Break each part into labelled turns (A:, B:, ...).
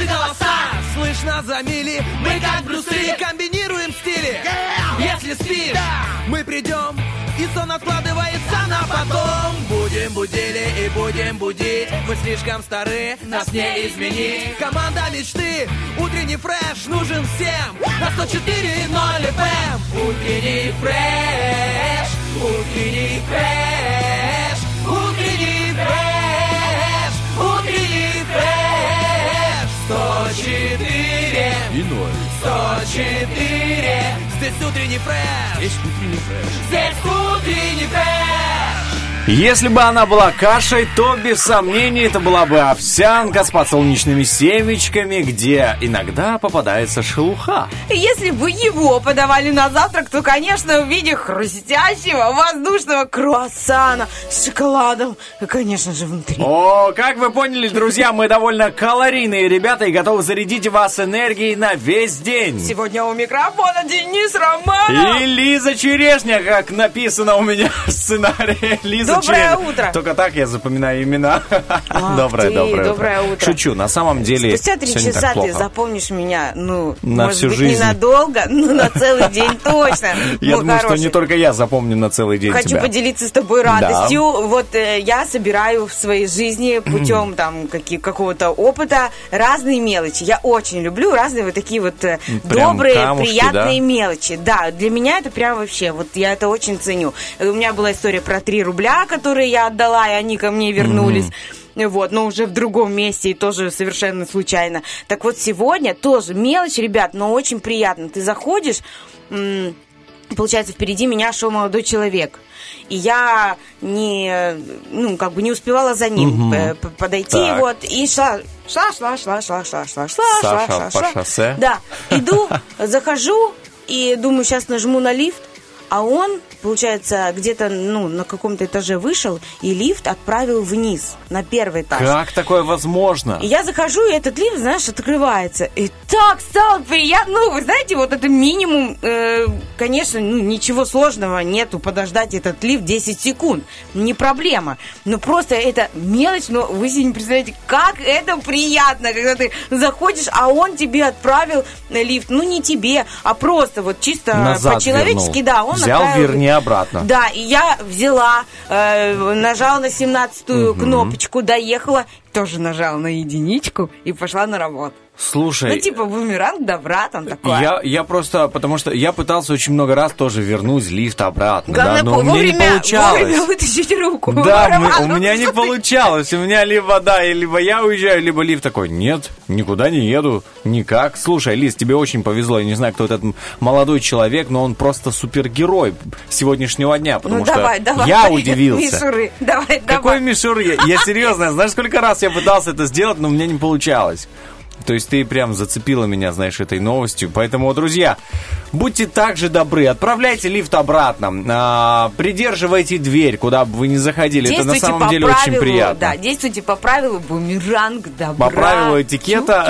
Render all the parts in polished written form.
A: голоса слышно за мили. Мы как Брюсы комбинируем стили. Если спишь, мы придем, и сон откладывается на потом. Будем будили и будем будить. Мы слишком стары, нас не изменить. Команда мечты, утренний фреш нужен всем. На 104.0 FM. Утренний фреш, утренний фреш, утренний фреш, утренний фреш. 104 и 0. 104. Здесь утренний фреш. Здесь утренний фреш. Здесь утренний фреш.
B: Если бы она была кашей, то, без сомнений, это была бы овсянка с подсолнечными семечками, где иногда попадается шелуха.
C: Если бы его подавали на завтрак, то, конечно, в виде хрустящего воздушного круассана с шоколадом, и, конечно же, внутри.
B: О, как вы поняли, друзья, мы довольно калорийные ребята и готовы зарядить вас энергией на весь день.
C: Сегодня у микрофона Денис Романов
B: и Лиза Черешня, как написано у меня в сценарии. Лиза
C: Доброе утро.
B: Только так я запоминаю имена. Доброе утро. Шучу, на самом деле.
C: Спустя 3 часа ты запомнишь меня,
B: на
C: может
B: всю
C: быть,
B: жизнь.
C: Ненадолго, но на целый день точно.
B: Я думаю, что не только я запомню на целый день тебя.
C: Хочу поделиться с тобой радостью. Вот я собираю в своей жизни путем там какого-то опыта разные мелочи. Я очень люблю разные вот такие вот добрые, камушки, приятные мелочи. Да, для меня это прям вообще, вот я это очень ценю. У меня была история про 3 рубля, которые я отдала, и они ко мне вернулись. Вот, но уже в другом месте и тоже совершенно случайно. Так вот, сегодня тоже мелочь, ребят, но очень приятно. Ты заходишь, получается, впереди меня шел молодой человек. И я не успевала за ним подойти, так. Вот, и шла
B: по шоссе.
C: Да, иду, захожу и думаю, сейчас нажму на лифт, а он, получается, где-то, на каком-то этаже вышел, и лифт отправил вниз, на 1-й этаж.
B: Как такое возможно?
C: И я захожу, и этот лифт, знаешь, открывается. И так стало приятно. Вы знаете, вот это минимум, конечно, ничего сложного нету подождать этот лифт 10 секунд. Не проблема. Но просто это мелочь, но вы себе не представляете, как это приятно, когда ты заходишь, а он тебе отправил лифт. Не тебе, а просто вот чисто назад по-человечески, вернул. Да, он
B: взял,
C: отправил.
B: Верни обратно.
C: Да, и я взяла, нажала на 17-ю кнопочку, доехала, тоже нажала на единичку и пошла на работу.
B: Слушай...
C: бумеранг добра там такое.
B: Я просто, потому что я пытался очень много раз тоже вернуть лифт обратно.
C: Главное,
B: да, но у меня не получалось.
C: Вовремя вытащить руку.
B: Да, у меня не получалось. У меня либо я уезжаю, либо лифт такой, нет, никуда не еду, никак. Слушай, Лиз, тебе очень повезло. Я не знаю, кто этот молодой человек, но он просто супергерой сегодняшнего дня, потому что я удивился.
C: Мишуры, давай.
B: Какой мишуры? Я серьезно, знаешь, сколько раз я пытался это сделать, но у меня не получалось. То есть ты прям зацепила меня, знаешь, этой новостью. Поэтому, друзья, будьте так же добры. Отправляйте лифт обратно. Придерживайте дверь, куда бы вы ни заходили. Это на самом деле очень приятно.
C: Да, действуйте по правилу бумеранг добра.
B: По правилу этикета.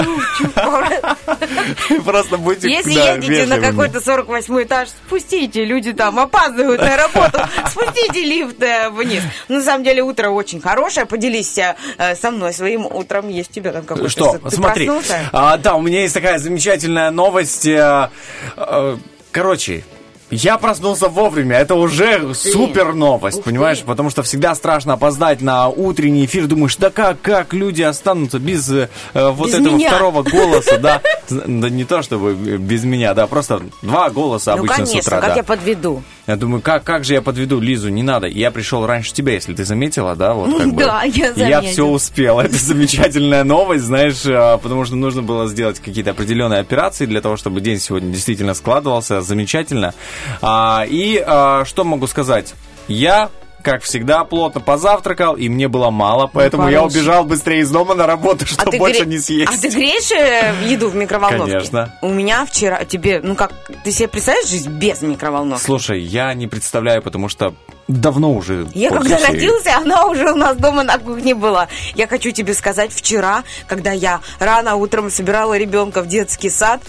B: Просто будьте
C: вежливыми. Если едете на какой-то 48-й этаж, спустите. Люди там опаздывают на работу. Спустите лифт вниз. На самом деле утро очень хорошее. Поделись со мной своим утром. Есть у тебя там какой-то...
B: Что? Смотри. Да, у меня есть такая замечательная новость. Короче, я проснулся вовремя. Это уже супер новость, понимаешь? Потому что всегда страшно опоздать на утренний эфир. Думаешь, да как люди останутся без вот этого меня. Второго голоса, да? Да не то чтобы без меня, да, просто 2 голоса обычно
C: конечно,
B: с утра.
C: Как
B: да.
C: я подведу?
B: Я думаю, как же я подведу Лизу, не надо. Я пришел раньше тебя, если ты заметила, да? Вот, как
C: да, я заметила.
B: Я все успел. Это замечательная новость, знаешь, потому что нужно было сделать какие-то определенные операции для того, чтобы день сегодня действительно складывался замечательно. И что могу сказать? Я... как всегда, плотно позавтракал, и мне было мало, поэтому я убежал быстрее из дома на работу, чтобы больше не съесть.
C: А ты греешь еду в микроволновке?
B: Конечно.
C: У меня вчера, тебе, ты себе представляешь жизнь без микроволновки?
B: Слушай, я не представляю, потому что давно уже...
C: Я когда родился, она уже у нас дома на кухне была. Я хочу тебе сказать, вчера, когда я рано утром собирала ребенка в детский сад,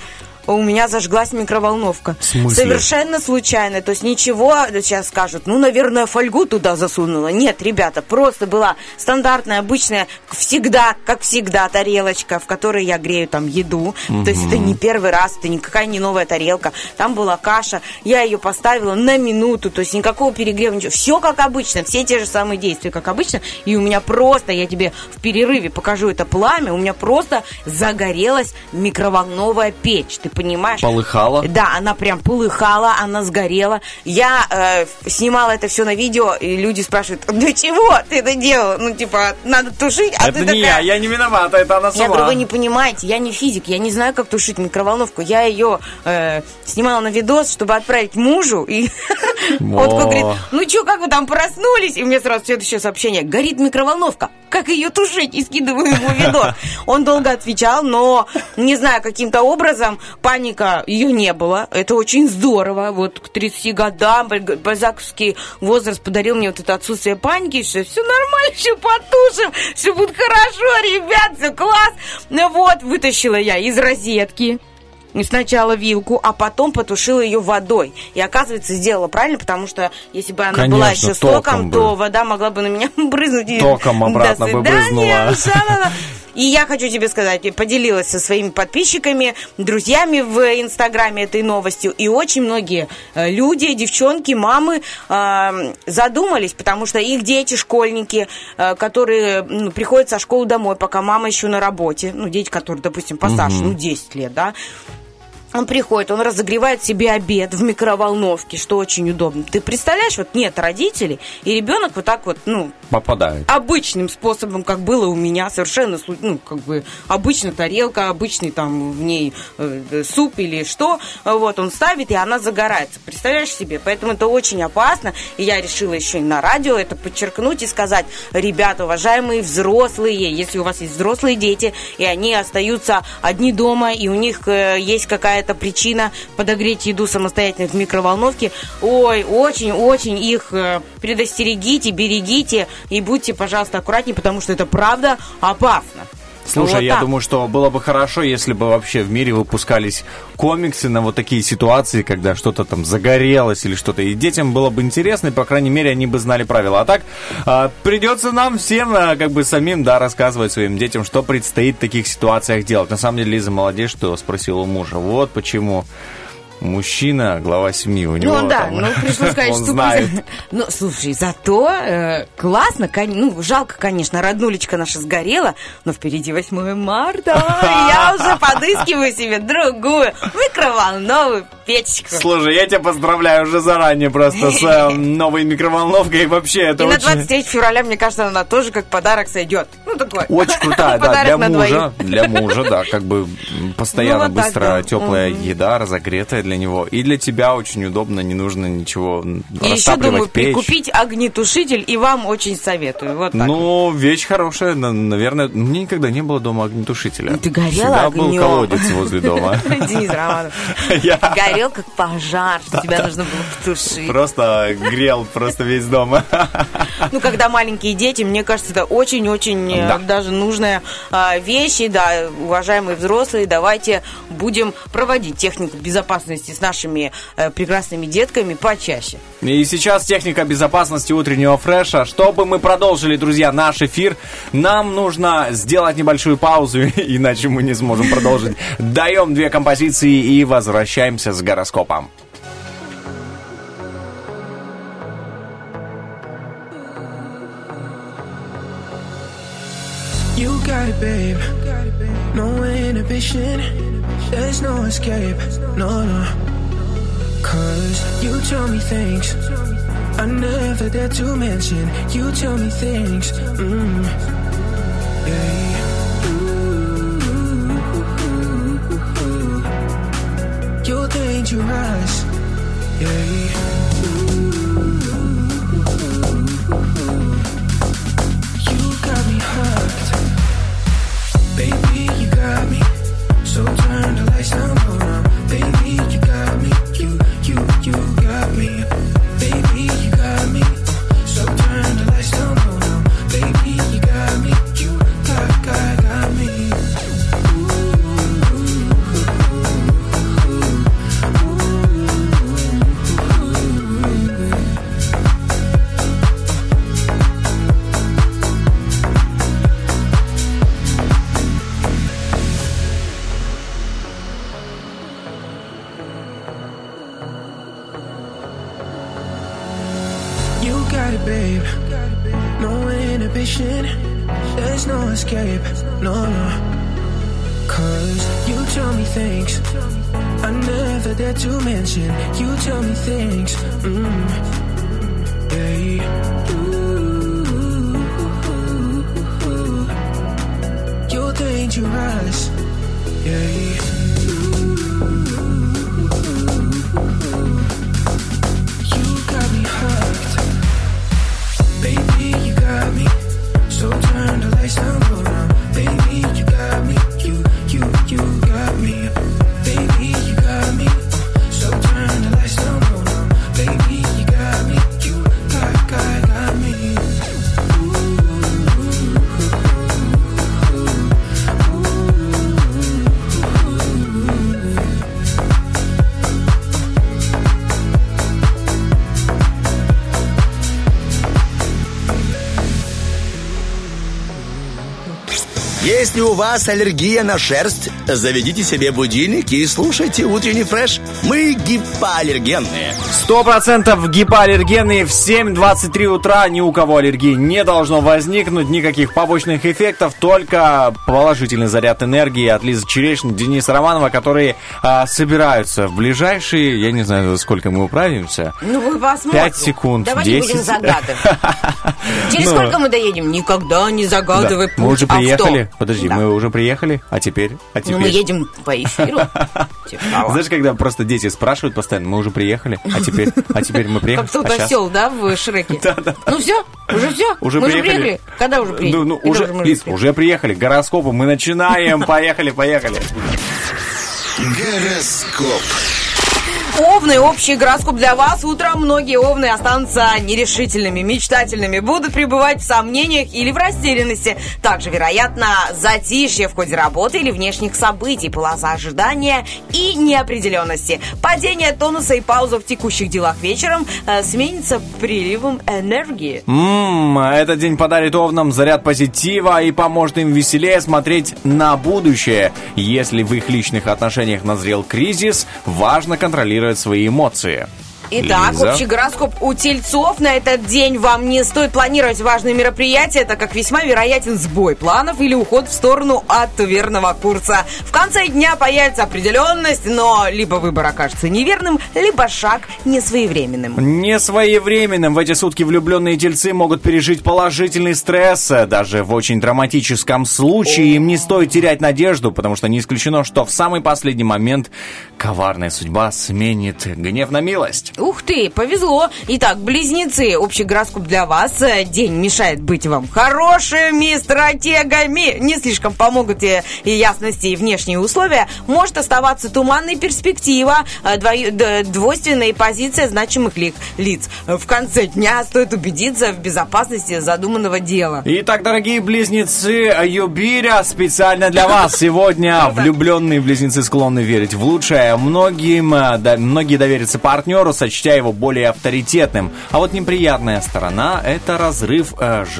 C: у меня зажглась микроволновка.
B: В смысле?
C: Совершенно случайно. То есть ничего, сейчас скажут, ну, наверное, фольгу туда засунула. Нет, ребята, просто была стандартная, обычная, всегда, как всегда, тарелочка, в которой я грею там еду. То есть это не первый раз, это никакая не новая тарелка. Там была каша, я ее поставила на минуту, то есть никакого перегрева, ничего. Все как обычно, все те же самые действия, как обычно. И у меня просто, я тебе в перерыве покажу это пламя, у меня просто загорелась микроволновая печь, ты понимаешь?
B: Полыхала?
C: Да, она прям полыхала, она сгорела. Я снимала это все на видео, и люди спрашивают, для чего ты это делала? Ну, типа, надо тушить, а
B: это
C: ты
B: не
C: такая...
B: я не виновата, это она сама.
C: Я говорю, вы не понимаете, я не физик, я не знаю, как тушить микроволновку. Я ее снимала на видос, чтобы отправить мужу, и он говорит, ну что, как вы там проснулись? И мне сразу следующее сообщение, горит микроволновка, как ее тушить? И скидываю ему видос. Он долго отвечал, но, не знаю, каким-то образом паника, ее не было. Это очень здорово. Вот к 30 годам бальзаковский возраст подарил мне вот это отсутствие паники, что все нормально, все потушим, все будет хорошо, ребят, все класс. Ну вот, вытащила я из розетки сначала вилку, а потом потушила ее водой. И, оказывается, сделала правильно, потому что если бы она была еще с током, то вода могла бы на меня брызнуть.
B: Током обратно бы брызнула.
C: И я хочу тебе сказать, я поделилась со своими подписчиками, друзьями в Инстаграме этой новостью, и очень многие люди, девчонки, мамы задумались, потому что их дети, школьники, которые приходят со школы домой, пока мама еще на работе, ну, дети, которые, допустим, постарше, 10 лет, да, он приходит, он разогревает себе обед в микроволновке, что очень удобно. Ты представляешь, вот нет родителей, и ребенок вот так вот,
B: попадает.
C: Обычным способом, как было у меня, совершенно, как бы, обычная тарелка, обычный там в ней суп или что, вот, он ставит, и она загорается. Представляешь себе? Поэтому это очень опасно, и я решила еще и на радио это подчеркнуть и сказать, ребята, уважаемые взрослые, если у вас есть взрослые дети, и они остаются одни дома, и у них есть какая-то причина подогреть еду самостоятельно в микроволновке, ой, очень-очень их предостерегите, берегите и будьте, пожалуйста, аккуратнее, потому что это правда опасно.
B: Слушай, вот я думаю, что было бы хорошо, если бы вообще в мире выпускались комиксы на вот такие ситуации, когда что-то там загорелось или что-то, и детям было бы интересно, и, по крайней мере, они бы знали правила. А так придется нам всем как бы самим, да, рассказывать своим детям, что предстоит в таких ситуациях делать. На самом деле, Лиза молодец, что спросила у мужа. Вот почему мужчина, глава семьи, у него
C: пришлось сказать, что...
B: знает.
C: Ну, слушай, зато классно, жалко, конечно, роднулечка наша сгорела, но впереди 8 марта, я уже подыскиваю себе другую микроволновую печечку.
B: Слушай, я тебя поздравляю уже заранее просто с новой микроволновкой, и вообще это
C: и очень... на 23 февраля, мне кажется, она тоже как подарок сойдет. Такой.
B: Очень крутая, да, для мужа, да, как бы постоянно быстро теплая еда, разогретая для него. И для тебя очень удобно, не нужно ничего растапливать печь. И еще, думаю,
C: прикупить огнетушитель, и вам очень советую. Вот так.
B: Вещь хорошая, наверное. Мне никогда не было дома огнетушителя.
C: Ты горела
B: всегда
C: огнем.
B: Был колодец возле дома.
C: Денис Романов. Горел как пожар, что тебя нужно было потушить.
B: Просто грел весь дом.
C: Когда маленькие дети, мне кажется, это очень-очень даже нужная вещь. И да, уважаемые взрослые, давайте будем проводить технику безопасности с нашими прекрасными детками почаще.
B: И сейчас техника безопасности утреннего фреша. Чтобы мы продолжили, друзья, наш эфир, нам нужно сделать небольшую паузу, иначе мы не сможем продолжить. Даем 2 композиции и возвращаемся с гороскопом.
D: You got it, babe. No inhibition. There's no escape. No. Cause you tell me things I never dare to mention. You tell me things. Yeah. You're dangerous. Yeah. You got me hooked. Baby, you got me. So turn the lights down, hold on. Baby, you got me. You got me. Baby, you got me. So turn the lights down, hold on. Baby, you got me. You got me. destination. There's no escape, no, no. 'Cause you tell me things I never dare to mention. You tell me things, yeah. You're dangerous, yeah. You got me hooked, baby. You got me. So turn the lights down, go down, baby. You got me. You got me, baby. You got me. So turn the lights down, go down, baby. You got me. You got me.
E: Если у вас аллергия на шерсть, заведите себе будильник и слушайте утренний фреш. Мы гипоаллергенные.
B: 100% гипоаллергенные. В 7:23 утра ни у кого аллергии не должно возникнуть. Никаких побочных эффектов, только положительный заряд энергии от Лизы Черешни, Дениса Романова, которые собираются в ближайшие, я не знаю, сколько мы управимся.
C: Ну, вы посмотрите.
B: 5 секунд,
C: давайте
B: 10.
C: Будем загадывать. Через сколько мы доедем? Никогда не загадывай путь.
B: Мы уже приехали. Подожди, мы уже приехали, а теперь?
C: Ну, мы едем по эфиру.
B: Знаешь, когда просто дети спрашивают постоянно, мы уже приехали, а теперь мы приехали.
C: Как тот осел, да, в Шреке?
B: Да.
C: Ну все, уже все?
B: Уже
C: мы приехали. Когда уже приедем?
B: Уже приехали, гороскопы, мы начинаем, поехали.
E: Гороскоп.
C: Овны, общий гороскоп для вас. Утром многие овны останутся нерешительными, мечтательными, будут пребывать в сомнениях или в растерянности. Также, вероятно, затишье в ходе работы или внешних событий, полоса ожидания и неопределенности. Падение тонуса и пауза в текущих делах вечером сменится приливом энергии.
B: Этот день подарит овнам заряд позитива и поможет им веселее смотреть на будущее. Если в их личных отношениях назрел кризис, важно контролировать свои эмоции.
C: Итак,
B: Лиза.
C: общий гороскоп у тельцов. На этот день вам не стоит планировать важные мероприятия, так как весьма вероятен сбой планов или уход в сторону от верного курса. В конце дня появится определенность, но либо выбор окажется неверным, либо шаг несвоевременным.
B: Несвоевременным. В эти сутки влюбленные тельцы могут пережить положительный стресс. Даже в очень драматическом случае им не стоит терять надежду, потому что не исключено, что в самый последний момент коварная судьба сменит гнев на милость.
C: Ух ты, повезло. Итак, близнецы, общий гороскоп для вас. День мешает быть вам хорошими стратегами. Не слишком помогут и ясности, и внешние условия. Может оставаться туманная перспектива, двойственная позиция значимых лиц. В конце дня стоит убедиться в безопасности задуманного дела.
B: Итак, дорогие близнецы, Юбиря специально для вас. Сегодня влюбленные близнецы склонны верить в лучшее. Многие доверятся партнеру, сочтя его более авторитетным. А вот неприятная сторона – это разрыв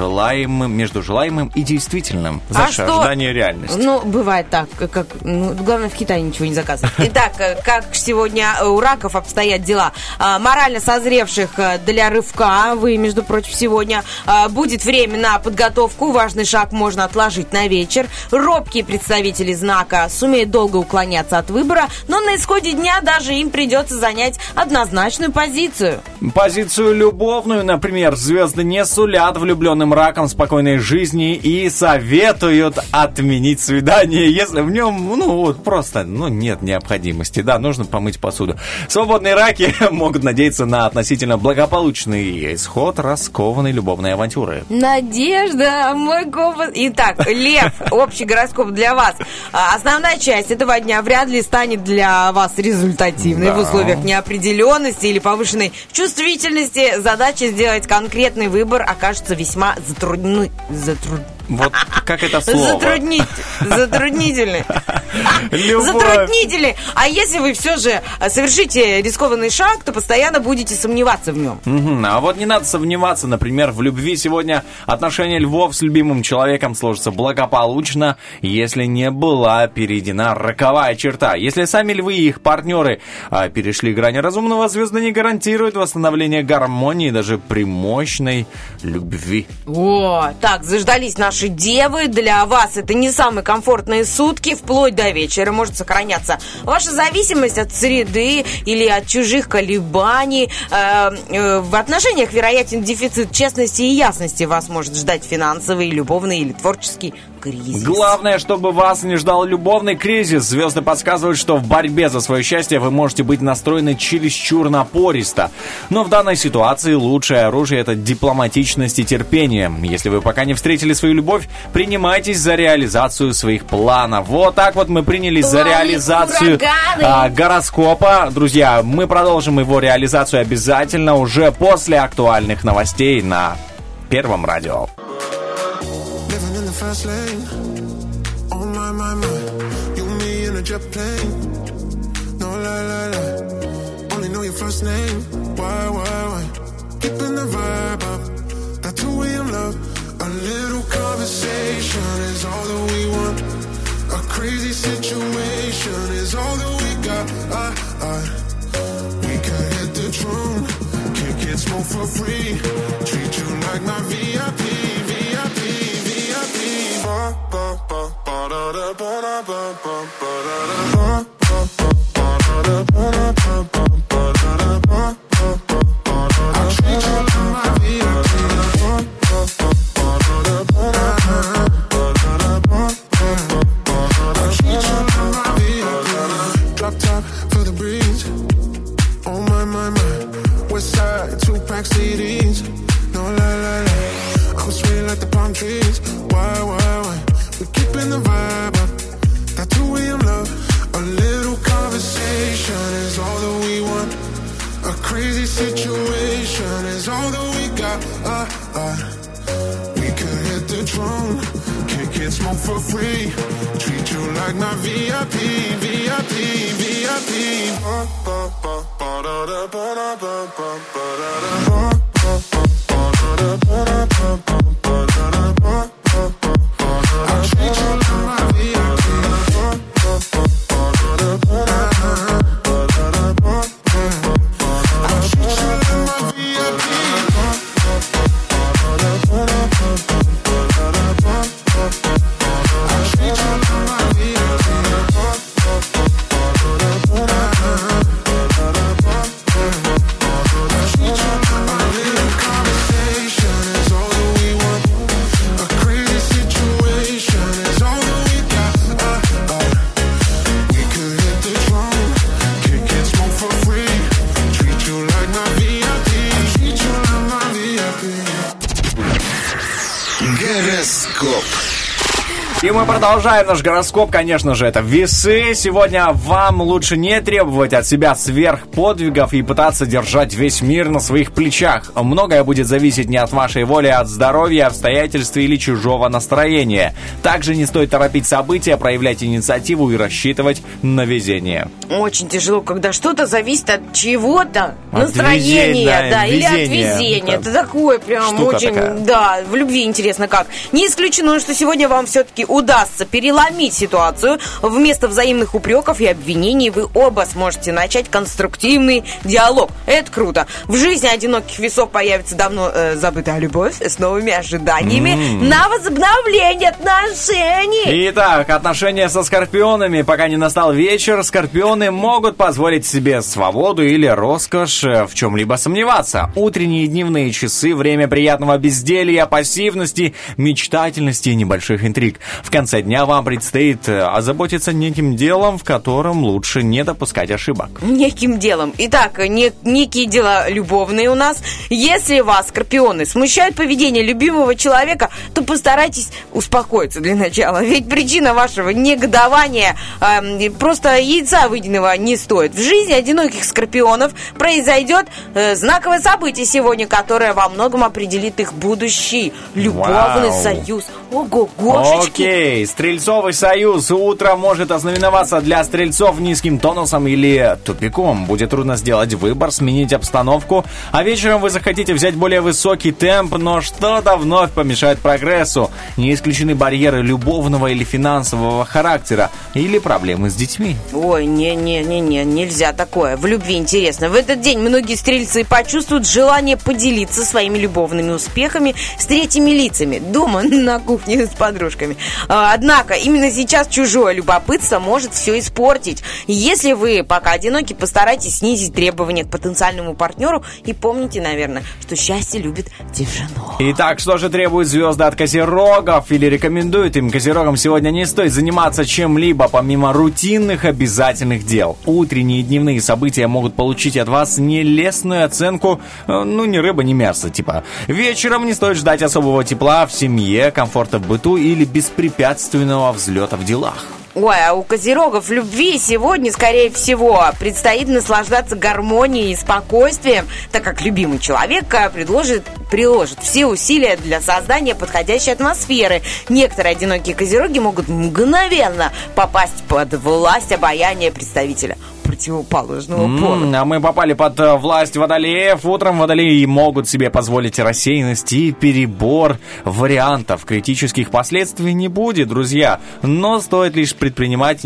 B: между желаемым и действительным. Ожидание реальности.
C: Ну, бывает так. Главное, в Китае ничего не заказывать. Итак, как сегодня у раков обстоят дела? Морально созревших для рывка, вы, между прочим, сегодня будет время на подготовку. Важный шаг можно отложить на вечер. Робкие представители знака сумеют долго уклоняться от выбора, но на исходе дня даже им придется занять однозначную позицию.
B: Позицию любовную, например, звезды не сулят влюбленным ракам спокойной жизни и советуют отменить свидание, если в нем, нет необходимости. Да, нужно помыть посуду. Свободные раки могут надеяться на относительно благополучный исход раскованной любовной авантюры.
C: Надежда, мой компас. Итак, Лев, общий гороскоп для вас. Основная часть этого дня вряд ли станет для вас результативной в условиях неопределенности или повышенной чувствительности. Задача сделать конкретный выбор окажется весьма
B: Вот как это слово?
C: Затруднительный. Затруднительный. А если вы все же совершите рискованный шаг, то постоянно будете сомневаться в нем.
B: А вот не надо сомневаться, например, в любви. Сегодня отношения львов с любимым человеком сложатся благополучно, если не была перейдена роковая черта. Если сами львы и их партнеры перешли грани разумного, звезды не гарантируют восстановление гармонии даже при мощной любви.
C: О, так, заждались наши девы. Для вас это не самые комфортные сутки, вплоть до вечера может сохраняться ваша зависимость от среды или от чужих колебаний. В отношениях вероятен дефицит честности и ясности. Вас может ждать финансовый, любовный или творческий кризис.
B: Главное, чтобы вас не ждал любовный кризис. Звезды подсказывают, что в борьбе за свое счастье вы можете быть настроены чересчур напористо. Но в данной ситуации лучшее оружие — это дипломатичность и терпение. Если вы пока не встретили свою любовь, принимайтесь за реализацию своих планов. Вот так вот мы принялись за реализацию гороскопа. Друзья, мы продолжим его реализацию обязательно уже после актуальных новостей на Первом радио.
F: Fast lane, oh my, you and me in a jet plane, no lie, only know your first name, why, keeping the vibe up, that's who we in love, a little conversation is all that we want, a crazy situation is all that we got, we can hit the tune, kick it, smoke for free, treat you like my VIP. Drop top for the breeze. Oh my, West side, 2-pack CDs. No lie, I'm sweet like the palm trees. Why? We're keeping the vibe up. That's who we in love. A little conversation is all that we want. A crazy situation is all that we got. We could hit the throne, kick it, smoke for free. Treat you like my VIP.
B: И мы продолжаем наш гороскоп, конечно же, это весы. Сегодня вам лучше не требовать от себя сверхподвигов и пытаться держать весь мир на своих плечах. Многое будет зависеть не от вашей воли, а от здоровья, обстоятельств или чужого настроения. Также не стоит торопить события, проявлять инициативу и рассчитывать на везение.
C: Очень тяжело, когда что-то зависит от чего-то, настроения, да, или от везения. Это такое прям очень, такая. Да, в любви интересно как. Не исключено, что сегодня вам все-таки удастся переломить ситуацию. Вместо взаимных упреков и обвинений вы оба сможете начать конструктивный диалог. Это круто. В жизни одиноких весов появится давно забытая любовь с новыми ожиданиями на возобновление отношений.
B: Итак, отношения со скорпионами. Пока не настал вечер, скорпионы могут позволить себе свободу или роскошь в чем-либо сомневаться. Утренние и дневные часы — время приятного безделья, пассивности, мечтательности и небольших интриг. В конце дня вам предстоит озаботиться неким делом, в котором лучше не допускать ошибок.
C: Неким делом. Итак, некие дела любовные у нас. Если вас, скорпионы, смущает поведение любимого человека, то постарайтесь успокоиться для начала. Ведь причина вашего негодования просто яйца выеденного не стоит. В жизни одиноких скорпионов произойдет знаковое событие сегодня, которое во многом определит их будущий любовный союз. Ого-гошечки!
B: Окей, Стрельцовый союз. Утро может ознаменоваться для стрельцов низким тонусом или тупиком. Будет трудно сделать выбор, сменить обстановку, а вечером вы захотите взять более высокий темп, но что-то вновь помешает прогрессу. Не исключены барьеры любовного или финансового характера, или проблемы с детьми.
C: Ой, нельзя такое. В любви интересно. В этот день многие стрельцы почувствуют желание поделиться своими любовными успехами с третьими лицами. Дома, на кухне с подружками. Однако, именно сейчас чужое любопытство может все испортить. Если вы пока одиноки, постарайтесь снизить требования к потенциальному партнеру и помните, наверное, что счастье любит тишину.
B: Итак, что же требуют звезды от козерогов или рекомендуют им? Козерогам сегодня не стоит заниматься чем-либо помимо рутинных обязательных дел. Утренние и дневные события могут получить от вас нелестную оценку, ни рыба, ни мясо, типа. Вечером не стоит ждать особого тепла в семье, комфорта в быту или беспрепятственного взлета в делах.
C: Ой, а у козерогов в любви сегодня, скорее всего, предстоит наслаждаться гармонией и спокойствием, так как любимый человек приложит все усилия для создания подходящей атмосферы. Некоторые одинокие козероги могут мгновенно попасть под власть обаяния представителя противоположного пола.
B: А мы попали под власть водолеев. Утром водолеи могут себе позволить рассеянность и перебор вариантов. Критических последствий не будет, друзья. Но стоит лишь предпринимать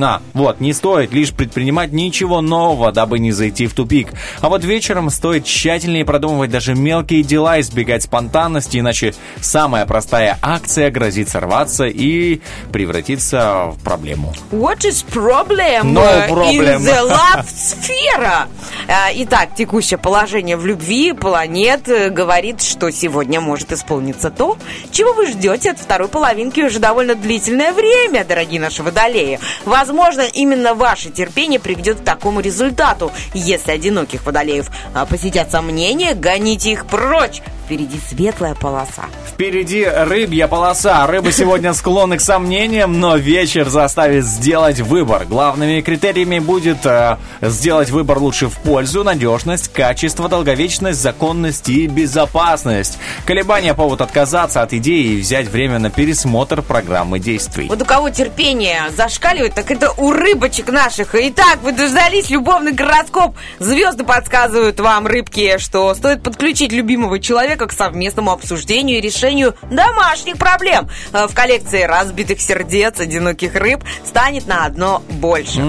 B: не стоит лишь предпринимать ничего нового, дабы не зайти в тупик. А вот вечером стоит тщательнее продумывать даже мелкие дела, избегать спонтанности, иначе самая простая акция грозит сорваться и превратиться в проблему.
C: What is problem?
B: No problem.
C: The love сфера. Итак, текущее положение в любви планет говорит, что сегодня может исполниться то, чего вы ждете от второй половинки уже довольно длительное время, дорогие наши водолеи. Возможно, именно ваше терпение приведет к такому результату. Если одиноких водолеев посетят сомнения, гоните их прочь. Впереди светлая полоса.
B: Впереди рыбья полоса. Рыбы сегодня склонны к сомнениям, но вечер заставит сделать выбор. Главными критериями будет сделать выбор лучше в пользу, надежность, качество, долговечность, законность и безопасность. Колебания повод отказаться от идеи и взять время на пересмотр программы действий.
C: Вот у кого терпение зашкаливает, так это у рыбочек наших. Итак, вы дождались любовный гороскоп. Звезды подсказывают вам, рыбки, что стоит подключить любимого человека к совместному обсуждению и решению домашних проблем. В коллекции разбитых сердец одиноких рыб станет на одно больше.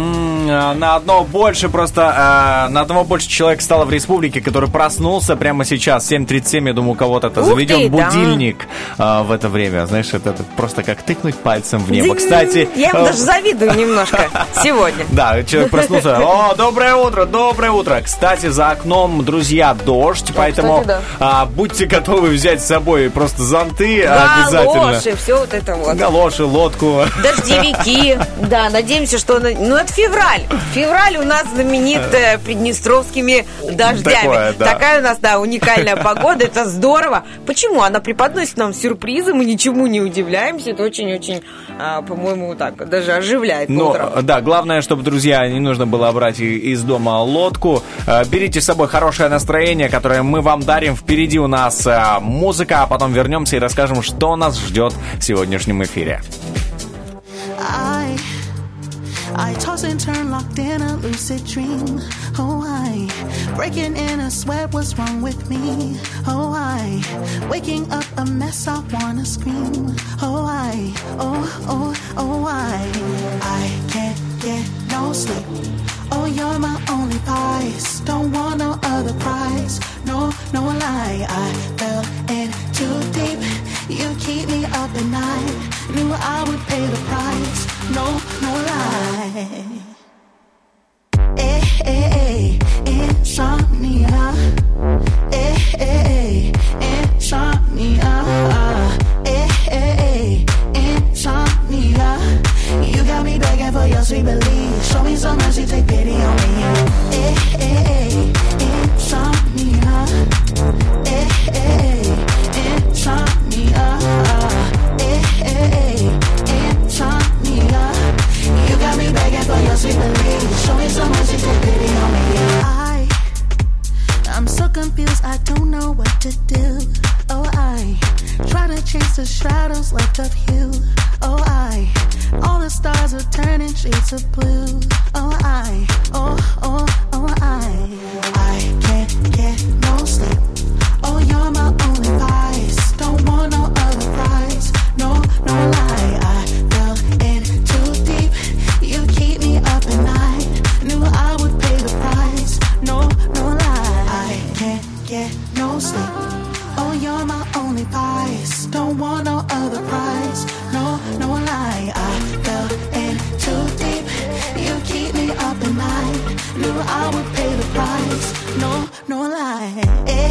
B: На одно больше просто... на одного больше человек стало в республике, который проснулся прямо сейчас. 7:37, я думаю, у кого-то это заведен будильник в это время. Знаешь, это просто как тыкнуть пальцем в небо. Кстати...
C: Я ему даже завидую немножко сегодня.
B: Да, человек проснулся. О, доброе утро. Кстати, за окном, друзья, дождь, поэтому будьте готовы взять с собой просто зонты обязательно.
C: Галоши, все вот это вот.
B: Галоши, лодку.
C: Дождевики. Да, надеемся, что... это февраль. Февраль у нас знаменит приднестровскими дождями. Такая у нас, уникальная погода. Это здорово. Почему? Она преподносит нам сюрпризы, мы ничему не удивляемся. Это очень-очень, по-моему, так даже оживляет утро.
B: Да, главное, чтобы, друзья, не нужно было брать из дома лодку. Берите с собой хорошее настроение, которое мы вам дарим. Впереди у нас музыка, а потом вернемся и расскажем, что нас ждет в сегодняшнем эфире.
G: I toss and turn, locked in a lucid dream. Oh, I breaking in a sweat. What's wrong with me? Oh, I waking up a mess. I wanna scream. Oh, I can't get no sleep. Oh, you're my only prize. Don't want no other prize. No lie. I fell in too deep. You keep me up at night. Knew I would pay the price. No lie. Insomnia. Insomnia. Insomnia. shadows left of you. Oh, all the stars are turning shades of blue. Oh, I can't get no sleep. Oh, you're my only vice. Don't want no other prize. No lie. I fell in too deep. You keep me up at night. Knew I would pay the price. No lie. I can't get no sleep. Oh, you're my only vice. Don't want no other prize. No lie. I fell in too deep. You keep me up at night. Knew I would pay the price. No lie.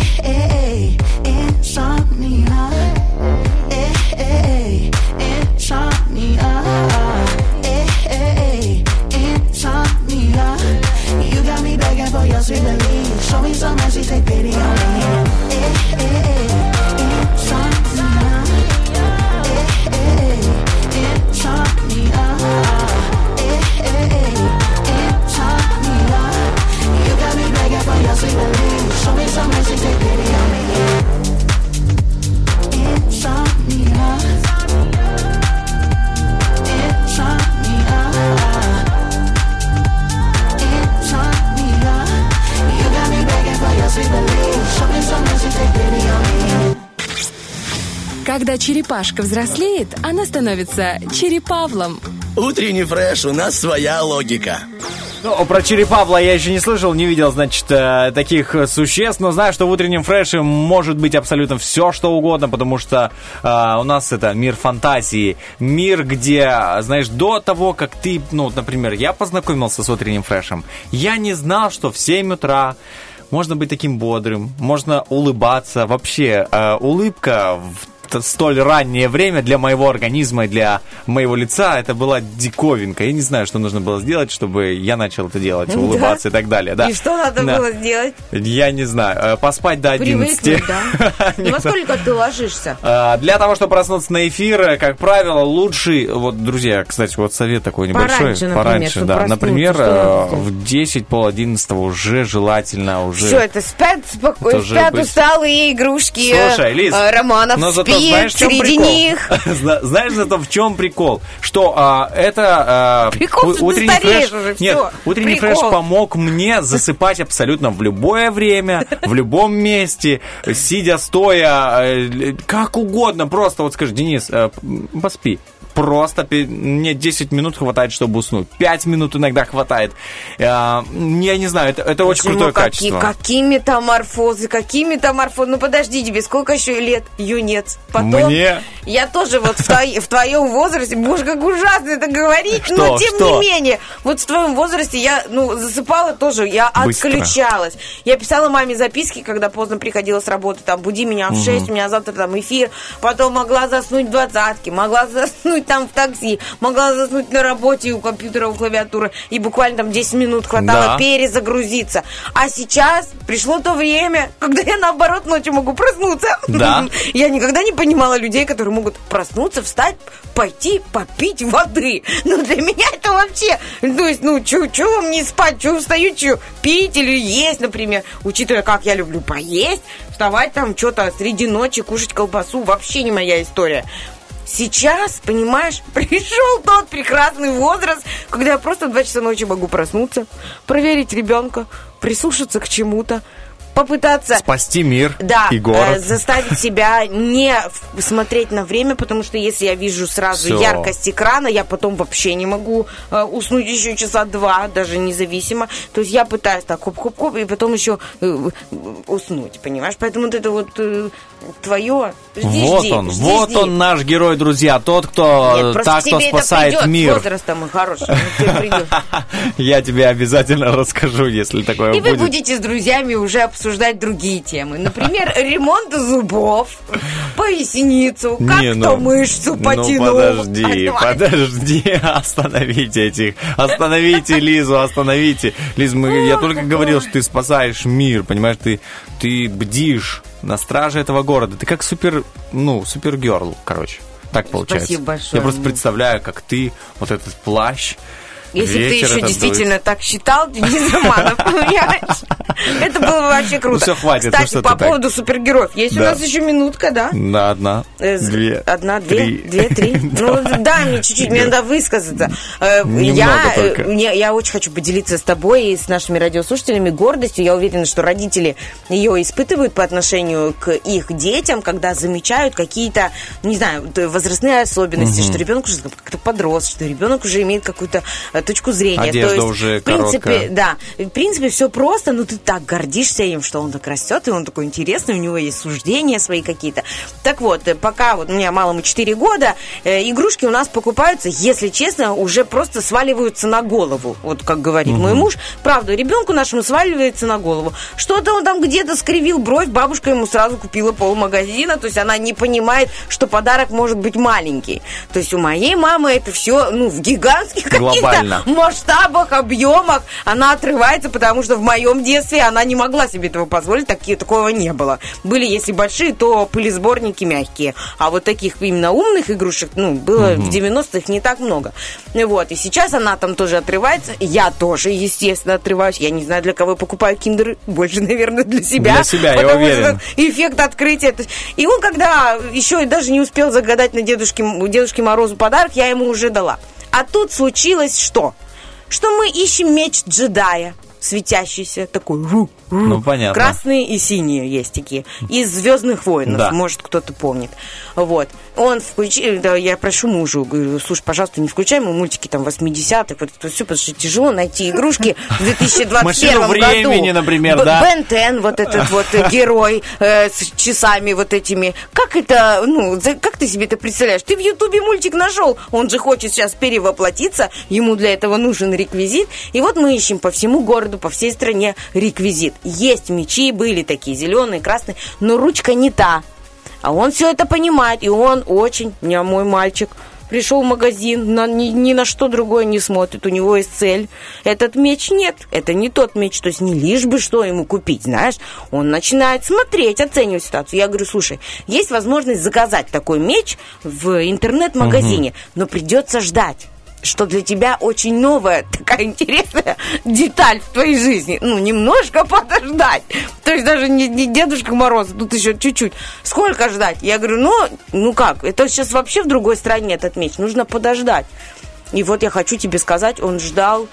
G: Insomnia. Insomnia. Insomnia. You got me begging for your sweet release. Show me some mercy, take pity on me. Insomnia. Insomnia. Insomnia. You got me begging for your sweet release. Show me some mercy, take pity on me. Insomnia. Insomnia. Insomnia. You got me begging for your sweet release. Show me some mercy, take pity on me.
H: Когда черепашка взрослеет, она становится черепавлом.
E: Утренний фреш, у нас своя логика.
B: Ну, про черепавла я еще не слышал, не видел, значит, таких существ, но знаю, что в утреннем фреше может быть абсолютно все, что угодно, потому что у нас это мир фантазии, мир, где, знаешь, до того, как ты, ну, например, я познакомился с утренним фрешем, я не знал, что в 7 утра можно быть таким бодрым, можно улыбаться, вообще улыбка в столь раннее время для моего организма и для моего лица это была диковинка. Я не знаю, что нужно было сделать, чтобы я начал это делать, улыбаться и так далее. Да.
C: И что надо было сделать?
B: Я не знаю. Поспать до 11.
C: Привыкнуть, да. И во сколько ты ложишься?
B: Для того, чтобы проснуться на эфир, как правило, лучший... Вот, друзья, кстати, вот совет такой небольшой.
C: Пораньше,
B: да. Например, в 10, пол 11 уже желательно. Уже...
C: Все, это спят спокойно, спят усталые игрушки.
B: Слушай, Лиз,
C: Романов спит.
B: Знаешь, в чем
C: среди
B: прикол?
C: них.
B: Знаешь, зато в чем прикол? Что это утренний фреш. Нет, утренний фреш помог мне засыпать абсолютно в любое время, в любом месте, сидя, стоя, как угодно. Просто вот скажи, Денис, поспи. Просто мне 10 минут хватает, чтобы уснуть. 5 минут иногда хватает. Я не знаю, это очень крутое качество.
C: Какие метаморфозы. Ну подожди, тебе сколько еще лет, юнец? Потом
B: мне?
C: Я тоже вот в твоем возрасте, боже, как ужасно это говорить, но тем не менее, вот в твоем возрасте я, засыпала тоже, я отключалась. Я писала маме записки, когда поздно приходила с работы, там, буди меня в 6, у меня завтра там эфир, потом могла заснуть в 20-ке, могла заснуть там в такси, могла заснуть на работе у компьютера, у клавиатуры, и буквально там 10 минут хватало перезагрузиться. А сейчас пришло то время, когда я наоборот ночью могу проснуться.
B: Да.
C: Я никогда не понимала людей, которые могут проснуться, встать, пойти попить воды. Для меня это вообще, то есть, чё вам не спать, чё встаю, чё пить или есть, например, учитывая, как я люблю поесть, вставать там что-то среди ночи, кушать колбасу, вообще не моя история. Сейчас, понимаешь, пришел тот прекрасный возраст, когда я просто в 2 часа ночи могу проснуться, проверить ребенка, прислушаться к чему-то, попытаться...
B: Спасти мир и город.
C: Заставить себя не смотреть на время, потому что если я вижу сразу яркость экрана, я потом вообще не могу уснуть еще часа 2, даже независимо. То есть я пытаюсь так хоп-хоп-хоп, и потом еще уснуть, понимаешь? Поэтому вот это вот твое...
B: Вот он наш герой, друзья. Тот, кто кто спасает мир.
C: С возрастом и хороший.
B: Я тебе обязательно расскажу, если такое будет.
C: И вы будете с друзьями уже обсуждать другие темы. Например, ремонт зубов, поясницу, как кто мышцу потянул.
B: Подожди, остановите Лизу, остановите. Лиз, я только говорил, что ты спасаешь мир, понимаешь, ты бдишь на страже этого города. Ты как супергерл, короче. Так получается.
C: Спасибо большое.
B: Я просто представляю, как ты, вот этот плащ,
C: Если бы ты еще действительно так считал, Денис Романов, понимаешь? Это было бы вообще круто.
B: Все, хватит.
C: Кстати, по поводу супергероев. Есть у нас еще минутка, да?
B: Да, одна.
C: Две, три. Ну, дай мне чуть-чуть, мне надо высказаться. Я очень хочу поделиться с тобой и с нашими радиослушателями гордостью. Я уверена, что родители ее испытывают по отношению к их детям, когда замечают какие-то, не знаю, возрастные особенности, что ребенок уже как-то подрос, что ребенок уже имеет какую-то точку зрения.
B: Одежда
C: то есть,
B: уже
C: в принципе,
B: короткая.
C: Да, в принципе, все просто, но ты так гордишься им, что он так растет, и он такой интересный, у него есть суждения свои какие-то. Так вот, пока вот у меня малому 4 года, игрушки у нас покупаются, если честно, уже просто сваливаются на голову. Вот как говорит мой муж. Правда, ребенку нашему сваливается на голову. Что-то он там где-то скривил бровь, бабушка ему сразу купила полмагазина, то есть она не понимает, что подарок может быть маленький. То есть у моей мамы это все, в гигантских каких-то масштабах, объемах она отрывается, потому что в моем детстве она не могла себе этого позволить, такого не было. Были, если большие, то пылесборники мягкие, а вот таких именно умных игрушек, было в 90-х не так много. Вот, и сейчас она там тоже отрывается, я тоже, естественно, отрываюсь, я не знаю, для кого я покупаю киндеры, больше, наверное, для себя.
B: Для себя, я уверен.
C: Эффект открытия. И он, когда еще и даже не успел загадать на Дедушке Морозу подарок, я ему уже дала. А тут случилось что? Что мы ищем меч джедая, светящийся, такой
B: понятно.
C: Красные и синие есть такие. Из «Звездных воинов»,
B: да.
C: Может, кто-то помнит. Вот. Он включил, я прошу мужу, говорю, слушай, пожалуйста, не включай мы мультики там 80-х, вот это все, потому что тяжело найти игрушки в 2021 году.
B: Времени, например, да.
C: Бен 10, вот этот вот герой с часами вот этими. Как это, как ты себе это представляешь? Ты в Ютубе мультик нашел, он же хочет сейчас перевоплотиться, ему для этого нужен реквизит. И вот мы ищем по всему городу, по всей стране реквизит. Есть мечи, были такие зеленые, красные, но ручка не та. А он все это понимает, и он очень, у меня мой мальчик, пришел в магазин, ни на что другое не смотрит, у него есть цель. Этот меч нет, это не тот меч, то есть не лишь бы что ему купить, знаешь. Он начинает смотреть, оценивать ситуацию. Я говорю, слушай, есть возможность заказать такой меч в интернет-магазине, но придется ждать. Что для тебя очень новая, такая интересная деталь в твоей жизни. Немножко подождать. То есть даже не Дедушка Мороз, тут еще чуть-чуть. Сколько ждать? Я говорю, как? Это сейчас вообще в другой стране этот меч. Нужно подождать. И вот я хочу тебе сказать, он ждал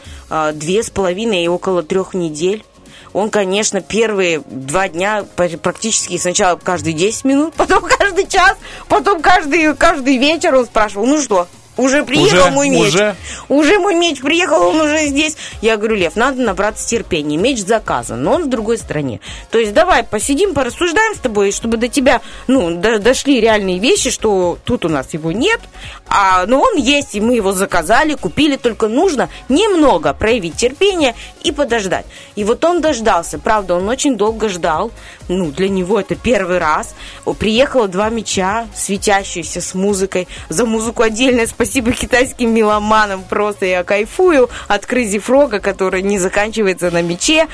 C: 2,5 и около 3 недель. Он, конечно, первые 2 дня практически сначала каждые 10 минут, потом каждый час, потом каждый вечер он спрашивал, что? Уже приехал мой меч. Уже мой меч приехал, он уже здесь. Я говорю, Лев, надо набраться терпения. Меч заказан, но он в другой стране. То есть давай посидим, порассуждаем с тобой, чтобы до тебя дошли реальные вещи, что тут у нас его нет, но он есть, и мы его заказали, купили. Только нужно немного проявить терпение и подождать. И вот он дождался. Правда, он очень долго ждал. Для него это первый раз. Приехало 2 меча, светящиеся с музыкой. За музыку отдельное спасибо китайским меломанам. Просто я кайфую от Крейзи Фрога, который не заканчивается на мече.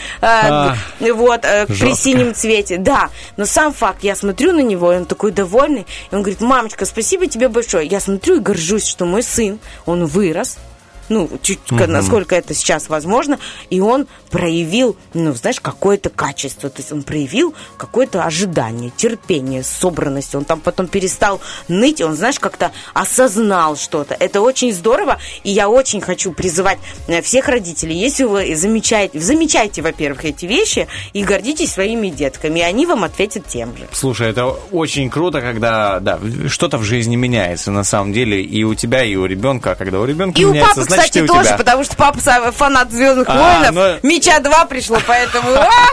C: При синем цвете. Да, но сам факт, я смотрю на него, и он такой довольный. И он говорит, мамочка, спасибо тебе большое. Я смотрю и горжусь, что мой сын, он вырос. Насколько это сейчас возможно, и он проявил, какое-то качество, то есть он проявил какое-то ожидание, терпение, собранность, он там потом перестал ныть, он, как-то осознал что-то. Это очень здорово, и я очень хочу призывать всех родителей, если вы замечайте, во-первых, эти вещи, и гордитесь своими детками, и они вам ответят тем же.
B: Слушай, это очень круто, когда, что-то в жизни меняется, на самом деле, и у тебя, и у ребенка, а когда у ребенка меняется, значит,
C: кстати, тоже, потому что папа фанат «Звездных воинов», меча 2 пришло, поэтому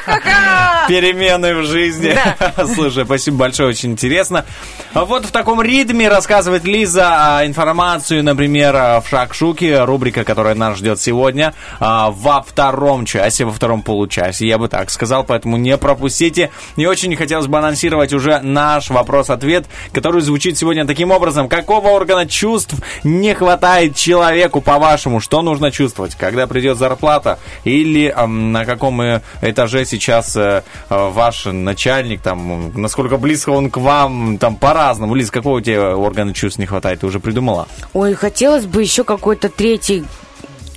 B: перемены в жизни.
C: Да.
B: Слушай, спасибо большое, очень интересно. Вот в таком ритме рассказывает Лиза информацию, например, в «Шакшуке», рубрика, которая нас ждет сегодня, во 2 часе, во 2 получасе, я бы так сказал, поэтому не пропустите. И очень хотелось бы анонсировать уже наш вопрос-ответ, который звучит сегодня таким образом. Какого органа чувств не хватает человеку, по-вашему? Что нужно чувствовать, когда придет зарплата? Или на каком этаже сейчас ваш начальник, насколько близко он к вам, по-разному. Лиз, какого у тебя органа чувств не хватает? Ты уже придумала?
C: Ой, хотелось бы еще какой-то 3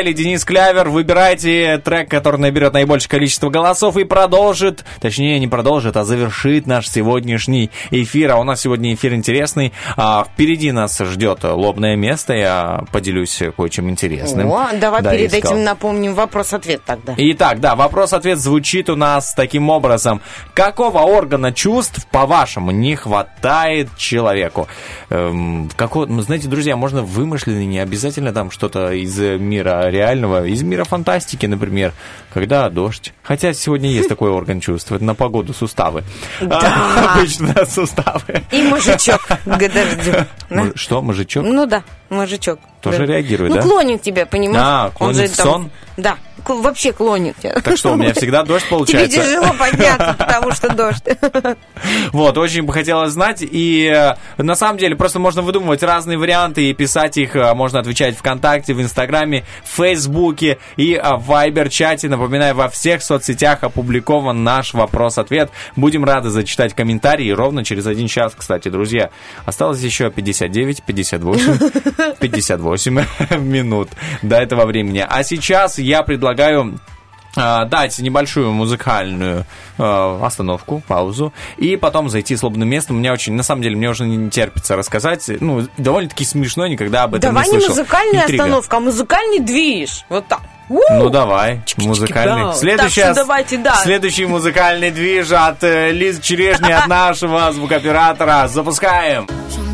B: Кайли, Денис Клявер. Выбирайте трек, который наберет наибольшее количество голосов и продолжит, точнее не продолжит, а завершит наш сегодняшний эфир. А у нас сегодня эфир интересный. Впереди нас ждет лобное место. Я поделюсь кое-чем интересным.
C: Давай перед этим напомним вопрос-ответ тогда.
B: Итак, да, вопрос-ответ звучит у нас таким образом. Какого органа чувств, по-вашему, не хватает человеку? Знаете, друзья, можно вымышленный, не обязательно там что-то из мира реального, из мира фантастики, например, когда дождь. Хотя сегодня есть такой орган чувств, это на погоду суставы.
C: Да.
B: Обычно суставы.
C: И мужичок к дождю.
B: Что, мужичок?
C: Ну да, мужичок.
B: Тоже реагирует, да?
C: Ну, клонит тебя, понимаешь?
B: Клонит в сон?
C: Да, вообще клонит тебя.
B: Так что, у меня всегда дождь получается.
C: Тебе тяжело подняться, потому что дождь.
B: Вот, очень бы хотелось знать. И на самом деле просто можно выдумывать разные варианты и писать их. Можно отвечать ВКонтакте, в Инстаграме, в Фейсбуке и в Вайбер-чате. Напоминаю, во всех соцсетях опубликован наш вопрос-ответ. Будем рады зачитать комментарии ровно через 1 час, кстати, друзья. Осталось еще 59, 58 минут до этого времени. А сейчас я предлагаю дать небольшую музыкальную остановку, паузу, и потом зайти с лобным местом. На самом деле, мне уже не терпится рассказать. Довольно-таки смешно, никогда об этом не слышал.
C: Давай не музыкальная остановка, а музыкальный движ. Вот так.
B: Ну давай, музыкальный.
C: Да.
B: Следующий музыкальный движ от Лизы Черешни, от нашего звукооператора. Запускаем.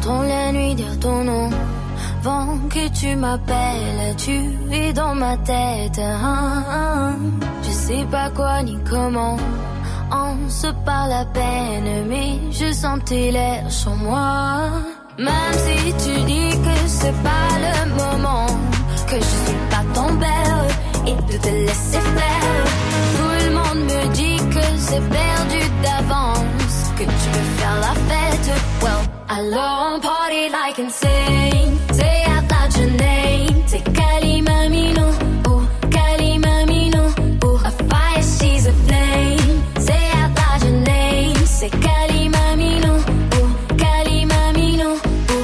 I: Avant que tu m'appelles, tu es dans ma tête. Je sais pas quoi ni comment, on se parle à peine, mais je sentais l'air sur moi. Même si tu dis que c'est pas le moment, que je suis pas ton père et de te laisser faire. Tout le monde me dit que c'est perdu d'avance, que tu veux faire la fête. Well, alors on party like insane. Say out loud your name. Say Kali Mamino, oh Kali Mamino, oh a fire she's a flame. Say out loud your name. Say Kali Mamino, oh Kali Mamino, oh.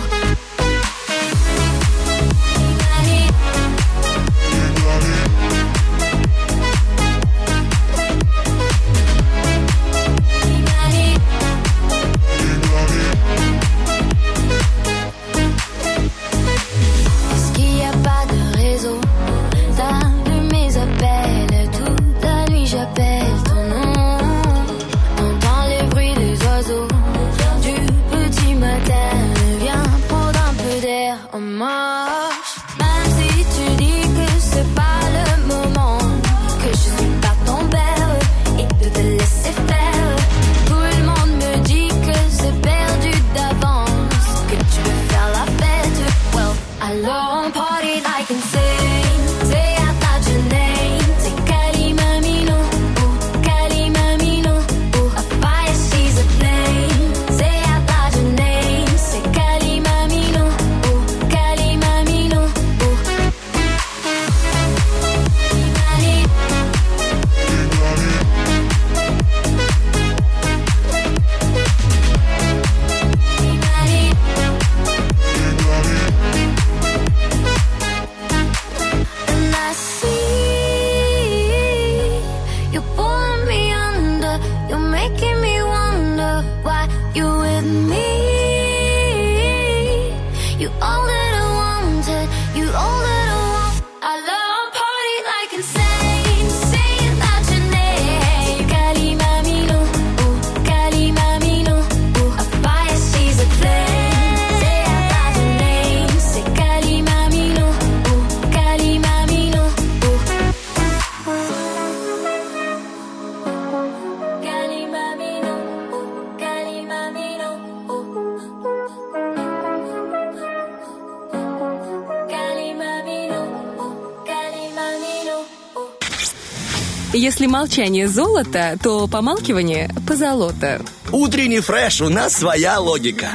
H: Если молчание золото, то помалкивание позолото.
E: Утренний фреш, у нас своя логика.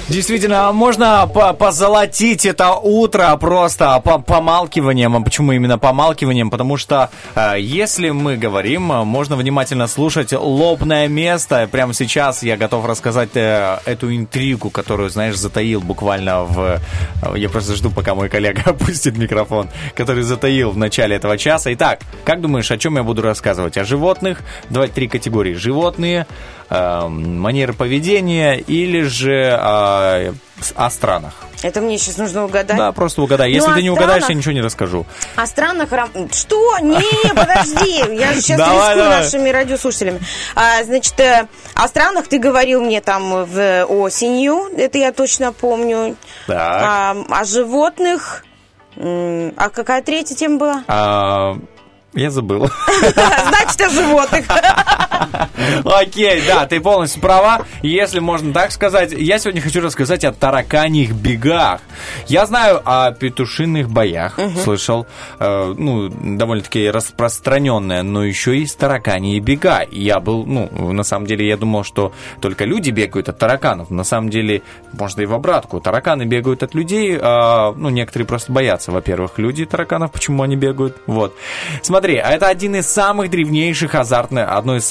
B: Действительно, можно позолотить это утро просто помалкиванием. А почему именно помалкиванием? Потому что если мы говорим, можно внимательно слушать лобное место. Прямо сейчас я готов рассказать эту интригу, которую, знаешь, затаил буквально Я просто жду, пока мой коллега опустит микрофон, который затаил в начале этого часа. Итак, как думаешь, о чем я буду рассказывать? О животных? Давай 3 категории. Животные, манеры поведения или же о странах.
C: Это мне сейчас нужно угадать?
B: Да, просто угадай. Если ты не угадаешь, я ничего не расскажу.
C: О странах... Что? Не, подожди. Я сейчас рискую нашими радиослушателями. Значит, о странах ты говорил мне там осенью. Это я точно помню.
B: Так.
C: О животных... А какая третья тема была?
B: Я забыл.
C: Значит, о животных.
B: Окей, да, ты полностью права. Если можно так сказать, я сегодня хочу рассказать о тараканьих бегах. Я знаю о петушиных боях, слышал, довольно-таки распространенное, но еще есть тараканьи бега. Я был, на самом деле, я думал, что только люди бегают от тараканов. На самом деле, можно и в обратку. Тараканы бегают от людей, некоторые просто боятся. Во-первых, люди тараканов, почему они бегают. Вот. Смотри, это одно из самых древнейших азартных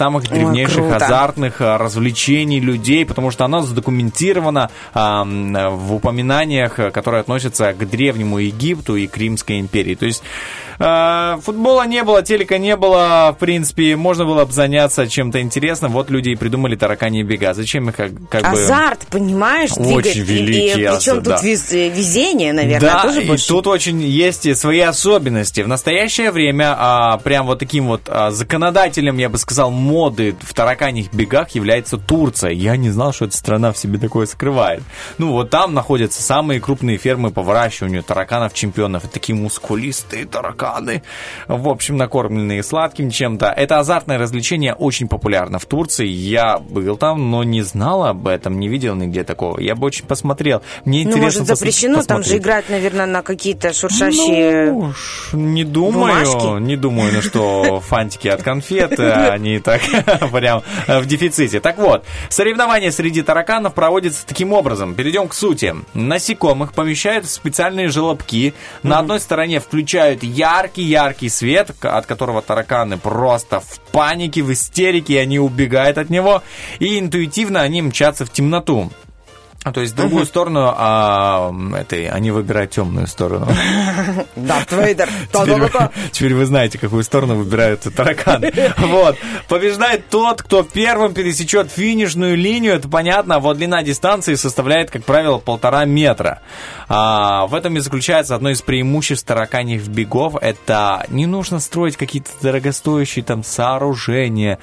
B: развлечений людей, потому что оно задокументировано в упоминаниях, которые относятся к Древнему Египту и к Римской империи. То есть футбола не было, телека не было, в принципе, можно было бы заняться чем-то интересным. Вот люди и придумали тараканьи бега. Зачем их
C: азарт, понимаешь,
B: очень великий.
C: И причем тут везение, наверное,
B: да,
C: тоже больше.
B: И тут очень есть свои особенности. В настоящее время прям вот таким вот законодателем, я бы сказал, моды в тараканьих бегах является Турция. Я не знал, что эта страна в себе такое скрывает. Вот там находятся самые крупные фермы по выращиванию тараканов-чемпионов. И такие мускулистые тараканы, в общем, накормленные сладким чем-то. Это азартное развлечение очень популярно в Турции. Я был там, но не знал об этом, не видел нигде такого. Я бы очень посмотрел. Мне интересно
C: может, запрещено? Там же играть, наверное, на какие-то шуршащие
B: не думаю, что фантики от конфет, они так прям в дефиците. Так вот, соревнования среди тараканов проводятся таким образом. Перейдем к сути. Насекомых помещают в специальные желобки. На одной стороне включают яркий свет, от которого тараканы просто в панике, в истерике, они убегают от него, и интуитивно они мчатся в темноту. То есть в другую сторону, они выбирают темную сторону.
C: Дарт Вейдер.
B: Теперь вы знаете, какую сторону выбирают тараканы. Вот. Побеждает тот, кто первым пересечет финишную линию. Это понятно. Вот длина дистанции составляет, как правило, 1,5 метра. В этом и заключается одно из преимуществ тараканьих бегов. Это не нужно строить какие-то дорогостоящие там сооружения,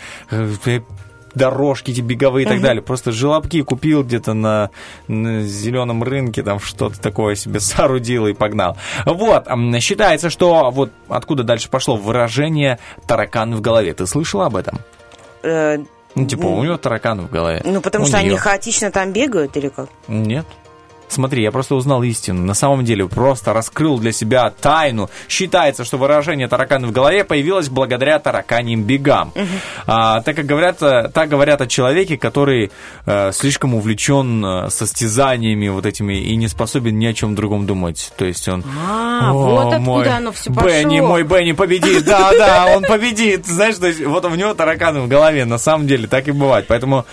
B: дорожки эти беговые и так далее. Просто желобки купил где-то на зеленом рынке, там что-то такое себе соорудил и погнал. Вот. Считается, что вот откуда дальше пошло выражение «таракан в голове». Ты слышала об этом? У него таракан в голове.
C: Потому что они хаотично там бегают или как?
B: Нет. Смотри, я просто узнал истину. На самом деле, просто раскрыл для себя тайну. Считается, что выражение «таракан в голове» появилось благодаря тараканьим бегам. Так говорят о человеке, который слишком увлечен состязаниями вот этими и не способен ни о чем другом думать. То есть он...
C: вот откуда оно все пошло.
B: Мой Бенни победит. Да, он победит. Знаешь, то есть, вот у него тараканы в голове. На самом деле, так и бывает. Поэтому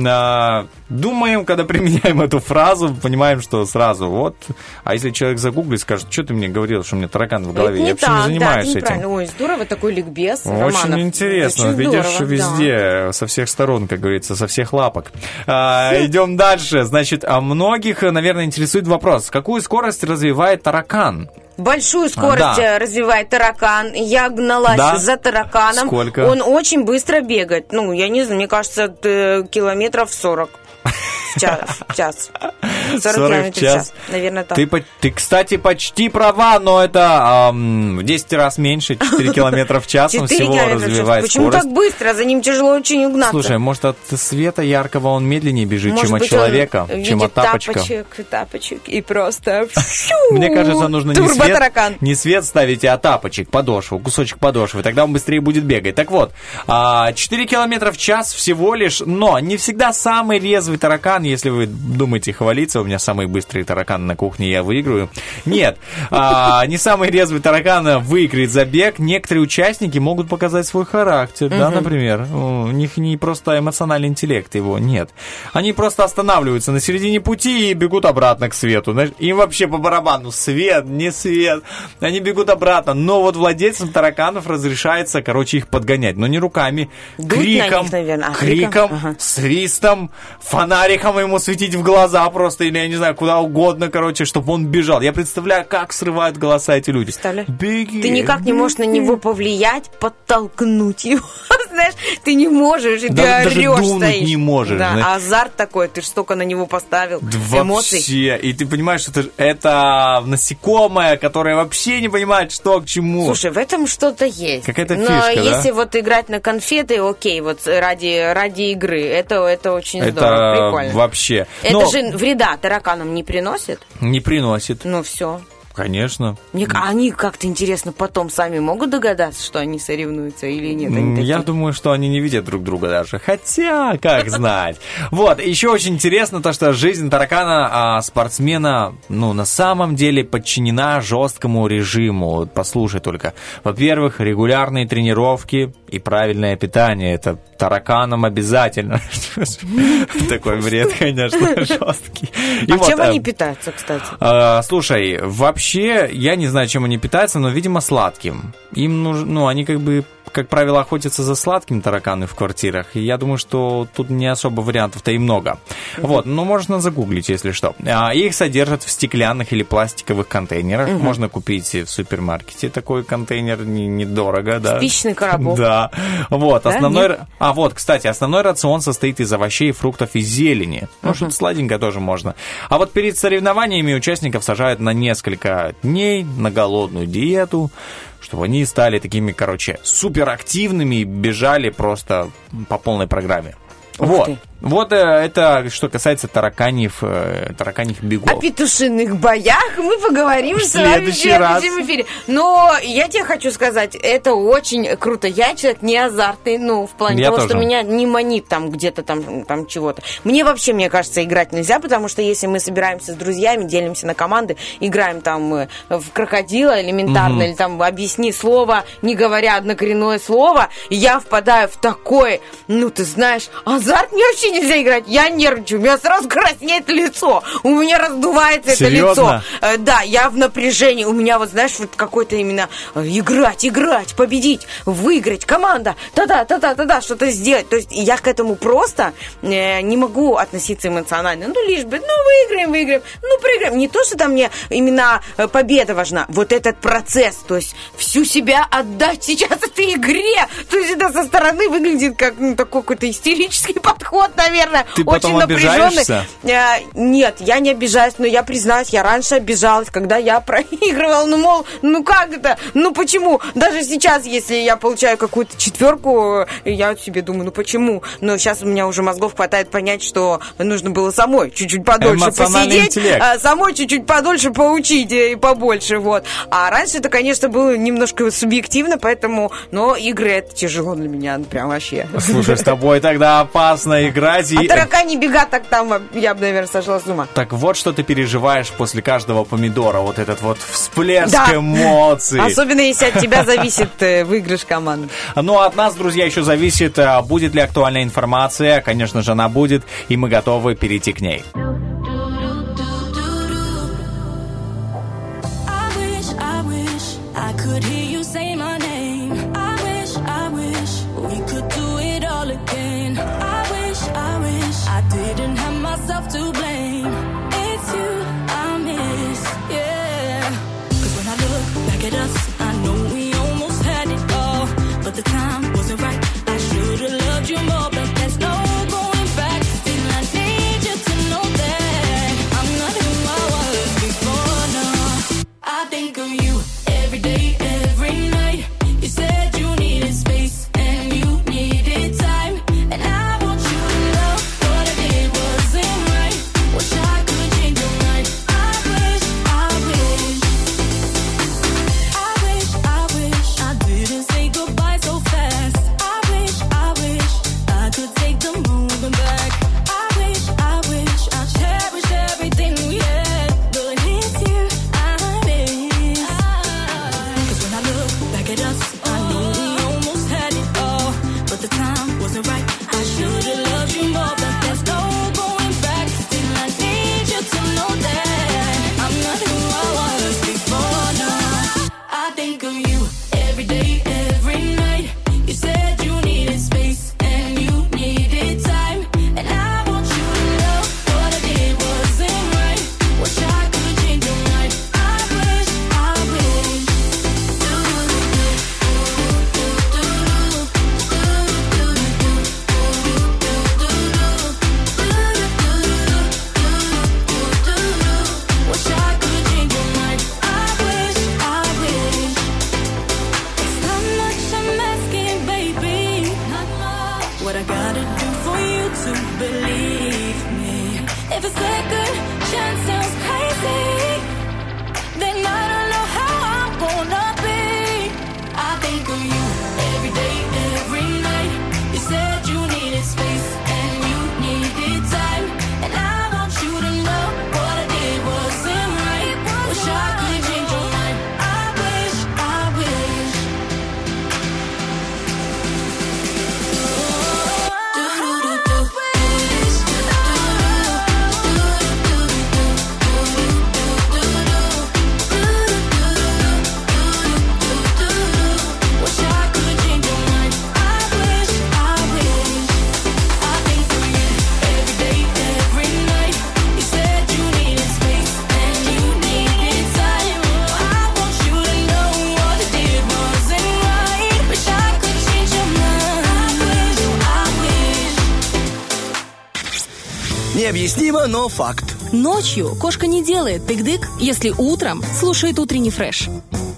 B: думаем, когда применяем эту фразу, понимаем, что сразу вот. А если человек загуглит, скажет, что ты мне говорил, что у меня таракан в голове? Я вообще не занимаюсь этим.
C: Ой, здорово, такой ликбез.
B: Очень интересно.
C: Очень
B: видишь,
C: здорово,
B: везде, со всех сторон, как говорится, со всех лапок. Идем дальше. Значит, многих, наверное, интересует вопрос. Какую скорость развивает таракан?
C: Большую скорость развивает таракан. Я гналась за тараканом.
B: Сколько?
C: Он очень быстро бегает. Я не знаю, мне кажется, километров 40 в час. 40 километров в час. Наверное, так.
B: Ты, кстати, почти права, но это в 10 раз меньше, 4 километра в час он всего развивает скорость.
C: Почему так быстро? За ним тяжело очень угнаться.
B: Слушай, может, от света яркого он медленнее бежит, чем от человека, чем от тапочка.
C: Тапочек и просто...
B: Мне кажется, нужно не свет ставить, а тапочек, подошву, кусочек подошвы, тогда он быстрее будет бегать. Так вот, 4 километра в час всего лишь, но не всегда самый резвый таракан, если вы думаете хвалиться у меня самые быстрые тараканы на кухне, я выиграю. Нет, не самый резвый таракан выиграет забег. Некоторые участники могут показать свой характер, да, например. У них не просто эмоциональный интеллект его, нет. Они просто останавливаются на середине пути и бегут обратно к свету. Знаешь, им вообще по барабану, свет, не свет. Они бегут обратно. Но вот владельцам тараканов разрешается, короче, их подгонять. Но не руками, криком, свистом, фонариком ему светить в глаза просто, или, я не знаю, куда угодно, короче, чтобы он бежал. Я представляю, как срывают голоса эти люди. Беги.
C: Ты никак не можешь на него повлиять, подтолкнуть его. Знаешь, ты не можешь, и ты орешь,
B: даже думать не можешь.
C: Да, а азарт такой, ты ж столько на него поставил эмоций.
B: Вообще, и ты понимаешь, что это насекомое, которое вообще не понимает, что к чему.
C: Слушай, в этом что-то есть.
B: Какая-то
C: но
B: фишка,
C: если
B: да?
C: вот играть на конфеты, окей, вот ради игры, это очень здорово,
B: это
C: прикольно.
B: Вообще.
C: Это же вреда тараканам не приносит?
B: Не приносит.
C: Ну все.
B: Конечно.
C: Они как-то, интересно, потом сами могут догадаться, что они соревнуются или нет?
B: Я думаю, что они не видят друг друга даже. Хотя, как знать. Вот, еще очень интересно то, что жизнь таракана, спортсмена, на самом деле подчинена жесткому режиму. Послушай только. Во-первых, регулярные тренировки и правильное питание. Это тараканам обязательно. Такой бред, конечно, жесткий.
C: А чем они питаются, кстати?
B: Слушай, вообще, я не знаю, чем они питаются, но, видимо, сладким. Им нужно, они как правило, охотятся за сладким тараканы в квартирах. И я думаю, что тут не особо вариантов-то и много. Вот, можно загуглить, если что. Их содержат в стеклянных или пластиковых контейнерах. Можно купить в супермаркете такой контейнер недорого, да.
C: Спичечный коробок.
B: Да. Вот,
C: да?
B: Кстати, основной рацион состоит из овощей, фруктов и зелени. Что-то сладенькое тоже можно. А вот перед соревнованиями участников сажают на несколько дней на голодную диету, чтобы они стали такими, суперактивными и бежали просто по полной программе. Вот это что касается тараканьих бегов.
C: О петушиных боях мы поговорим
B: в
C: с вами в следующем эфире. Но я тебе хочу сказать, это очень круто. Я человек не азартный, в плане того, что меня не манит там где-то там чего-то. Мне кажется, играть нельзя, потому что если мы собираемся с друзьями, делимся на команды, играем там в крокодила элементарно, или там объясни слово, не говоря однокоренное слово, я впадаю в такой, ты знаешь, азарт мне вообще нельзя играть. Я нервничаю, у меня сразу краснеет лицо, у меня раздувается это лицо. Да, я в напряжении, у меня какой-то именно играть, победить, выиграть, команда, та-да, что-то сделать. То есть я к этому просто не могу относиться эмоционально. Лишь бы, выиграем, проиграем. Не то, что там мне именно победа важна, вот этот процесс, то есть всю себя отдать сейчас этой игре. То есть это со стороны выглядит как такой какой-то истерический подход, наверное.
B: Ты потом
C: очень напряженный.
B: Обижаешься?
C: Нет, я не обижаюсь, но я признаюсь, я раньше обижалась, когда я проигрывала. Как это? Почему? Даже сейчас, если я получаю какую-то 4, я себе думаю, почему? Но сейчас у меня уже мозгов хватает понять, что нужно было самой чуть-чуть подольше посидеть, самой чуть-чуть подольше поучить и побольше, вот. А раньше это, конечно, было немножко субъективно, поэтому, но игры это тяжело для меня, прям вообще.
B: Слушай, с тобой тогда опасно играть.
C: А таракани бега, так там я бы, наверное, сошла с ума.
B: Так вот, что ты переживаешь после каждого помидора, вот этот вот всплеск эмоций.
C: Особенно, если от тебя зависит выигрыш команды.
B: От нас, друзья, еще зависит, будет ли актуальная информация. Конечно же, она будет, и мы готовы перейти к ней.
I: To blame, it's you I miss, yeah. 'Cause when I look back at us, I know we almost had it all, but the time wasn't right. I should've loved you more, but there's no going back. Still I need you to know that I'm not who I was before, no. I think of you every day, every night. You said you needed space and you needed time, and I want you to know what I did wasn't right. Wish I believe me. If a second chance sounds crazy, then I don't know how I'm gonna be. I think of you every day, every night. You said you needed space and you needed time, and I want you to know what I did wasn't right. Wish I could change your mind. I wish. Wish I could change your mind. I wish. I think of you every day, every night. You said you needed space and you needed time. I want you to know what I did wasn't right. Wish I could change your mind. I wish.
E: Необъяснимо, но факт.
H: Ночью кошка не делает тык-дык, если утром слушает утренний фреш.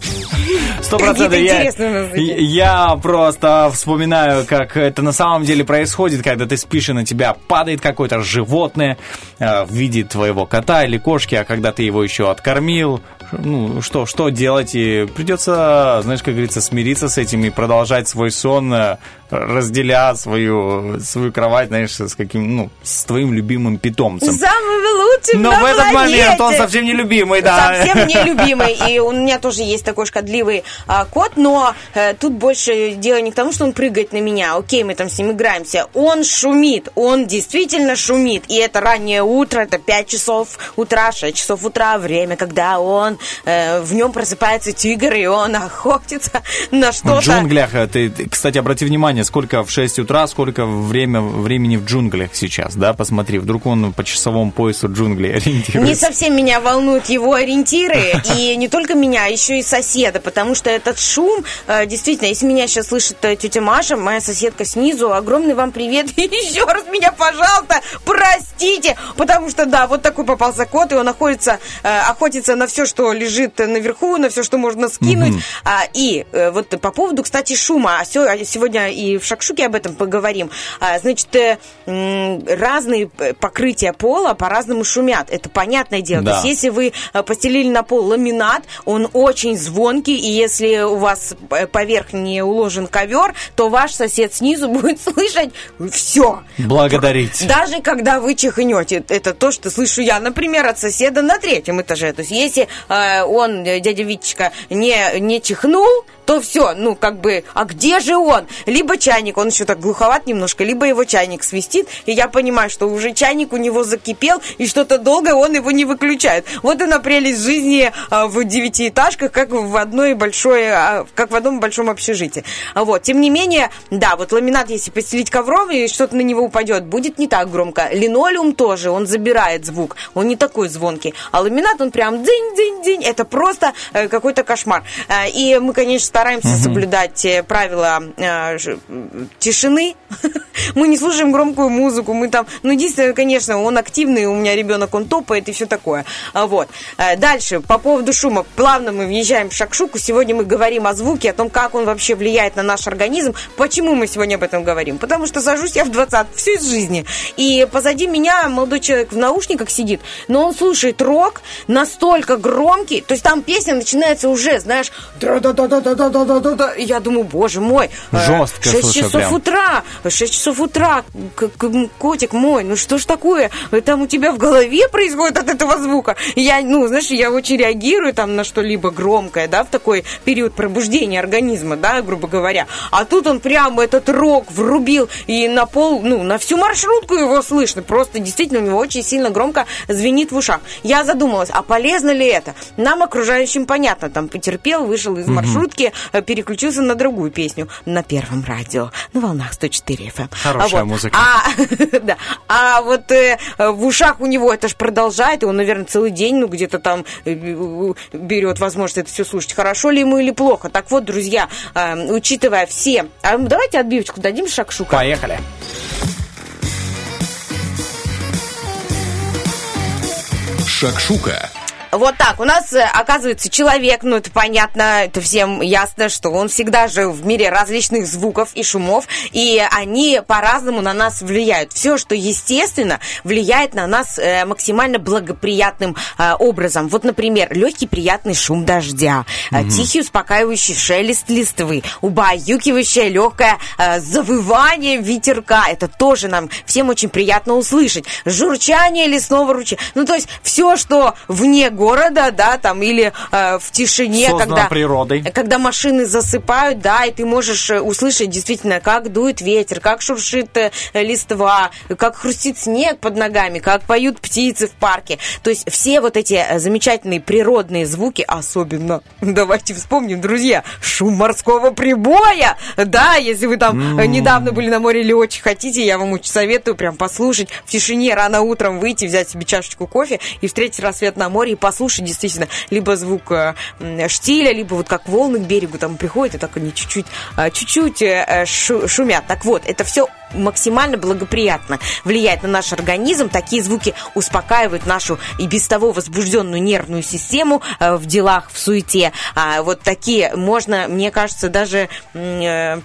B: 100%. Я просто вспоминаю, как это на самом деле происходит, когда ты спишь, и на тебя падает какое-то животное в виде твоего кота или кошки, а когда ты его еще откормил, ну, что делать? И придется, знаешь, как говорится, смириться с этим и продолжать свой сон, разделя свою кровать, знаешь, с твоим любимым питомцем.
C: Самым лучшим
B: Но
C: на
B: в этот
C: планете.
B: момент он совсем не любимый, да.
C: Совсем не любимый. И у меня тоже есть такой шкодливый кот, но тут больше дело не к тому, что он прыгает на меня. Окей, мы там с ним играемся. Он шумит, он действительно шумит. И это раннее утро, это 5 часов утра, 6 часов утра, время, когда он в нем просыпается тигр, и он охотится на что-то.
B: В джунглях, ты, кстати, обрати внимание, сколько в 6 утра, сколько времени в джунглях сейчас, да, посмотри, вдруг он по часовому поясу джунглей ориентируется.
C: Не совсем меня волнуют его ориентиры, и не только меня, а еще и соседа, потому что этот шум, действительно, если меня сейчас слышит тетя Маша, моя соседка снизу, огромный вам привет, и еще раз меня, пожалуйста, простите, потому что, да, вот такой попался кот, и он охотится на все, что лежит наверху, на все, что можно скинуть. И вот по поводу, кстати, шума, сегодня и в Шакшуке об этом поговорим. Значит, разные покрытия пола по-разному шумят. Это понятное дело.
B: Да.
C: То есть, если вы постелили на пол ламинат, он очень звонкий, и если у вас поверх не уложен ковер, то ваш сосед снизу будет слышать все.
B: Благодарить.
C: Даже когда вы чихнете. Это то, что слышу я, например, от соседа на 3-м этаже. То есть, если он, дядя Витечка, не чихнул, то все, а где же он? Либо чайник, он еще так глуховат немножко, либо его чайник свистит, и я понимаю, что уже чайник у него закипел, и что-то долго он его не выключает. Вот она прелесть жизни в 9-этажках, как в одном большом общежитии. Вот. Тем не менее, да, вот ламинат, если постелить ковром, и что-то на него упадет, будет не так громко. Линолеум тоже, он забирает звук, он не такой звонкий. А ламинат, он прям дзынь-дзынь-дзынь, это просто какой-то кошмар. И мы, конечно, стараемся соблюдать правила тишины. Мы не слушаем громкую музыку. Мы там, единственное, конечно, он активный, у меня ребенок, он топает и все такое. Вот. Дальше, по поводу шума. Плавно мы въезжаем в Шакшуку. Сегодня мы говорим о звуке, о том, как он вообще влияет на наш организм. Почему мы сегодня об этом говорим? Потому что сажусь я в 20 всю из жизни. И позади меня молодой человек в наушниках сидит, но он слушает рок настолько громкий, то есть там песня начинается уже, знаешь, и я думаю, боже мой,
B: жестко
C: 6 часов утра, 6 часов утра, котик мой, что ж такое, там у тебя в голове происходит от этого звука. Я, я очень реагирую там на что-либо громкое, да, в такой период пробуждения организма, да, грубо говоря. А тут он прямо этот рок врубил, и на пол, на всю маршрутку его слышно, просто действительно у него очень сильно громко звенит в ушах. Я задумалась, а полезно ли это? Нам, окружающим, понятно, там потерпел, вышел из маршрутки, переключился на другую песню на Первом радио, на волнах 104 FM.
B: Хорошая музыка.
C: Да. А вот в ушах у него это ж продолжает, и он, наверное, целый день, где-то там берет возможность это все слушать. Хорошо ли ему или плохо? Так вот, друзья, учитывая все... давайте отбивочку дадим Шакшука.
B: Поехали.
J: Шакшука.
C: Вот так. У нас, оказывается, человек, ну, это понятно, это всем ясно, что он всегда жил в мире различных звуков и шумов, и они по-разному на нас влияют. Все, что естественно, влияет на нас максимально благоприятным образом. Вот, например, легкий приятный шум дождя, тихий успокаивающий шелест листвы, убаюкивающее легкое завывание ветерка. Это тоже нам всем очень приятно услышать. Журчание лесного ручья. Ну, то есть все, что вне города, да, там, или в тишине, когда машины засыпают, да, и ты можешь услышать действительно, как дует ветер, как шуршит листва, как хрустит снег под ногами, как поют птицы в парке. То есть все вот эти замечательные природные звуки, особенно, давайте вспомним, друзья, шум морского прибоя, да, если вы там недавно были на море или очень хотите, я вам очень советую прям послушать в тишине, рано утром выйти, взять себе чашечку кофе и встретить рассвет на море и послушать действительно либо звук штиля, либо вот как волны к берегу там приходят, и так они чуть-чуть шумят. Так вот, это все максимально благоприятно влияет на наш организм. Такие звуки успокаивают нашу и без того возбужденную нервную систему в делах, в суете. Вот такие можно, мне кажется, даже на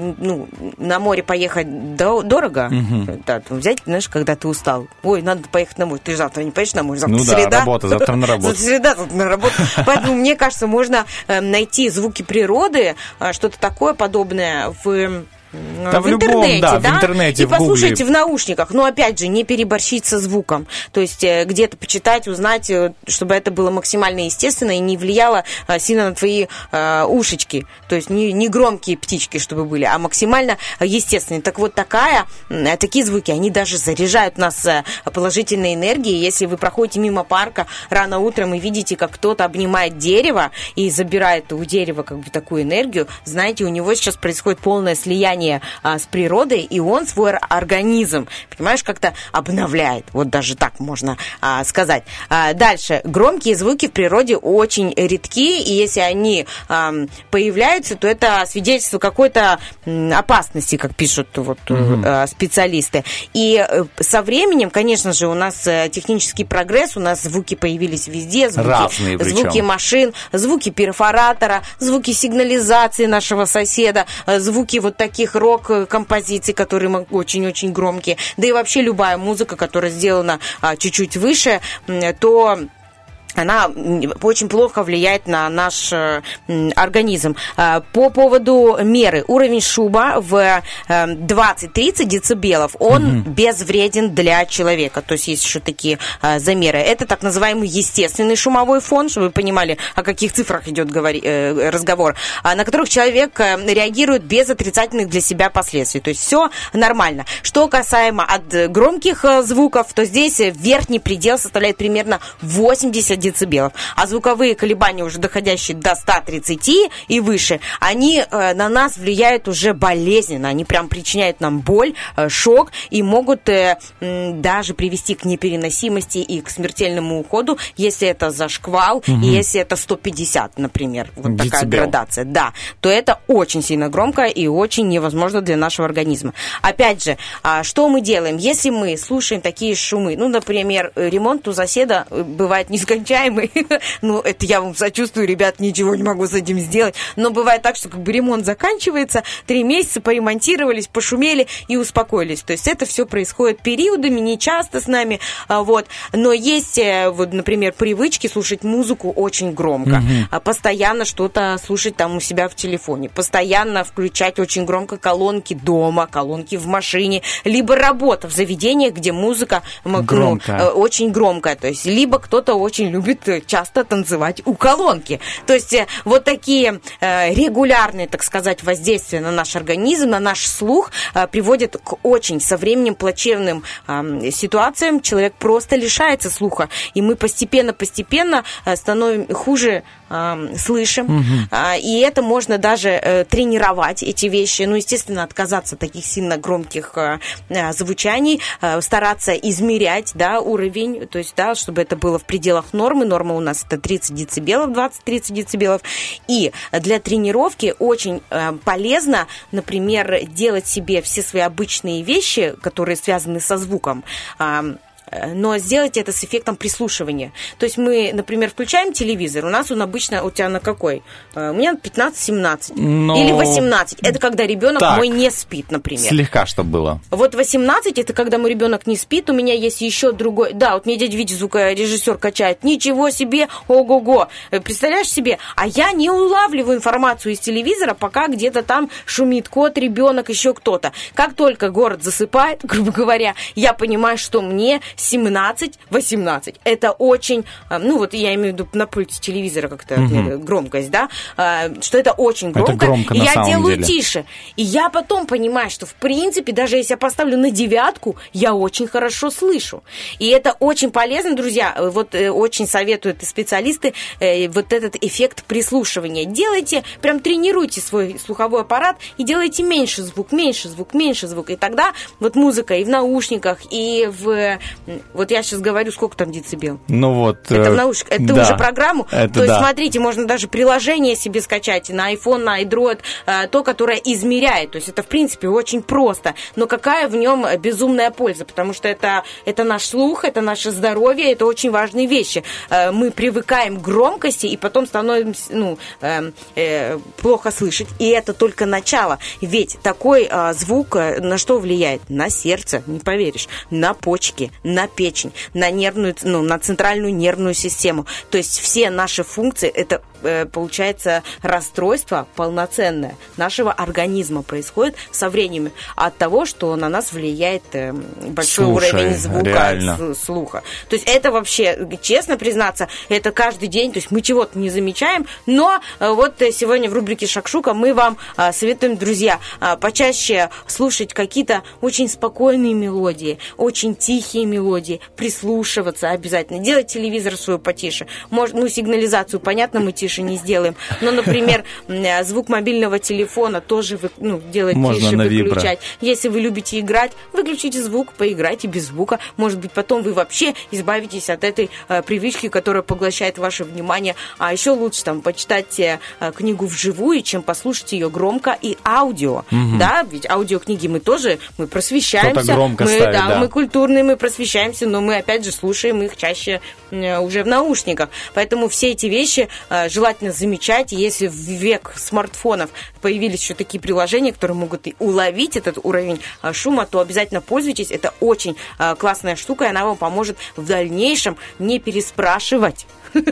C: море поехать дорого. Да, взять, знаешь, когда ты устал. Ой, надо поехать на море. Ты завтра не поедешь на море, завтра среда.
B: Работа, завтра на работу.
C: Среда, завтра на работу. Поэтому, мне кажется, можно найти звуки природы, что-то такое подобное в интернете,
B: в интернете,
C: и
B: в Гугле.
C: послушайте в наушниках, но опять же не переборщить со звуком, то есть где-то почитать, узнать, чтобы это было максимально естественно и не влияло сильно на твои ушечки, то есть не громкие птички, чтобы были, а максимально естественные. Так вот, такие звуки, они даже заряжают нас положительной энергией. Если вы проходите мимо парка рано утром и видите, как кто-то обнимает дерево и забирает у дерева как бы такую энергию, знаете, у него сейчас происходит полное слияние с природой, и он свой организм, понимаешь, как-то обновляет. Вот даже так можно сказать. Дальше. Громкие звуки в природе очень редки, и если они появляются, то это свидетельство какой-то опасности, как пишут специалисты. И со временем, конечно же, у нас технический прогресс, у нас звуки появились везде, звуки машин, звуки перфоратора, звуки сигнализации нашего соседа, звуки вот таких рок-композиций, которые очень-очень громкие, да и вообще любая музыка, которая сделана чуть-чуть выше, то она очень плохо влияет на наш организм. По поводу меры. Уровень шума в 20-30 децибелов, он безвреден для человека. То есть есть еще такие замеры. Это так называемый естественный шумовой фон, чтобы вы понимали, о каких цифрах идет разговор, на которых человек реагирует без отрицательных для себя последствий. То есть все нормально. Что касаемо от громких звуков, то здесь верхний предел составляет примерно 80 децибелов. А звуковые колебания, уже доходящие до 130 и выше, они на нас влияют уже болезненно. Они прям причиняют нам боль, шок и могут даже привести к непереносимости и к смертельному уходу, если это зашквал, и если это 150, например. Вот такая градация. Да, то это очень сильно громко и очень невозможно для нашего организма. Опять же, что мы делаем? Если мы слушаем такие шумы, ну, например, ремонт у соседа бывает нескончаемый, ну, это я вам сочувствую, ребят, ничего не могу с этим сделать, но бывает так, что как бы ремонт заканчивается, 3 месяца поремонтировались, пошумели и успокоились. То есть это все происходит периодами, не часто с нами, вот. Но есть, вот, например, привычки слушать музыку очень громко, постоянно что-то слушать там у себя в телефоне, постоянно включать очень громко колонки дома, колонки в машине, либо работа в заведениях, где музыка очень громкая, то есть либо кто-то очень любит часто танцевать у колонки. То есть вот такие регулярные, так сказать, воздействия на наш организм, на наш слух приводят к очень со временем плачевным ситуациям. Человек просто лишается слуха, и мы постепенно становимся хуже слышим. И это можно даже тренировать, эти вещи. Ну, естественно, отказаться от таких сильно громких звучаний, стараться измерять, да, уровень, то есть, да, чтобы это было в пределах нормы. Норма у нас это 30 децибелов, 20-30 децибелов. И для тренировки очень полезно, например, делать себе все свои обычные вещи, которые связаны со звуком, но сделайте это с эффектом прислушивания. То есть мы, например, включаем телевизор, у нас он обычно, у тебя на какой? У меня 15-17 или 18. Это когда ребенок мой не спит, например.
B: Слегка, чтобы было.
C: Вот 18 это когда мой ребенок не спит, у меня есть еще другой. Да, вот мне дядя Витя, звукорежиссер, качает. Ничего себе, ого-го. Представляешь себе? А я не улавливаю информацию из телевизора, пока где-то там шумит кот, ребенок, еще кто-то. Как только город засыпает, грубо говоря, я понимаю, что мне 17-18. Это очень, ну вот я имею в виду на пульте телевизора как-то громкость, да, что это очень громко.
B: Это громко,
C: и
B: на
C: я
B: самом
C: делаю
B: деле.
C: тише. И я потом понимаю, что в принципе, даже если я поставлю на 9, я очень хорошо слышу. И это очень полезно, друзья. Вот очень советуют специалисты вот этот эффект прислушивания. Делайте, прям тренируйте свой слуховой аппарат и делайте меньше звук, меньше звук, меньше звук. И тогда вот музыка и в наушниках, и в... Вот я сейчас говорю, сколько там децибел.
B: Ну вот.
C: Это в наушниках. Это
B: да,
C: уже программу.
B: Это
C: то есть,
B: да.
C: смотрите, можно даже приложение себе скачать на iPhone, на Android, то, которое измеряет. То есть это, в принципе, очень просто. Но какая в нем безумная польза? Потому что это наш слух, это наше здоровье, это очень важные вещи. Мы привыкаем к громкости, и потом становимся плохо слышать. И это только начало. Ведь такой звук на что влияет? На сердце, не поверишь, на почки, на печень, на нервную, на центральную нервную систему. То есть все наши функции, это получается расстройство полноценное нашего организма происходит со временем от того, что на нас влияет большой уровень звука, слуха. То есть это вообще, честно признаться, это каждый день, то есть мы чего-то не замечаем, но вот сегодня в рубрике «Шакшука» мы вам советуем, друзья, почаще слушать какие-то очень спокойные мелодии, очень тихие мелодии, прислушиваться обязательно, делать телевизор свой потише, сигнализацию, понятно, мы тише не сделаем. Но, например, звук мобильного телефона тоже делать
B: можно
C: тише,
B: вибро.
C: выключать. Если вы любите играть, выключите звук, поиграйте без звука. Может быть, потом вы вообще избавитесь от этой привычки, которая поглощает ваше внимание. А еще лучше почитать книгу вживую, чем послушать ее громко и аудио. Да, ведь аудиокниги мы просвещаемся. Мы культурные, мы просвещаемся, но мы опять же слушаем их чаще уже в наушниках. Поэтому все эти вещи желательно замечать. Если в век смартфонов появились еще такие приложения, которые могут и уловить этот уровень шума, то обязательно пользуйтесь. Это очень классная штука, и она вам поможет в дальнейшем не переспрашивать.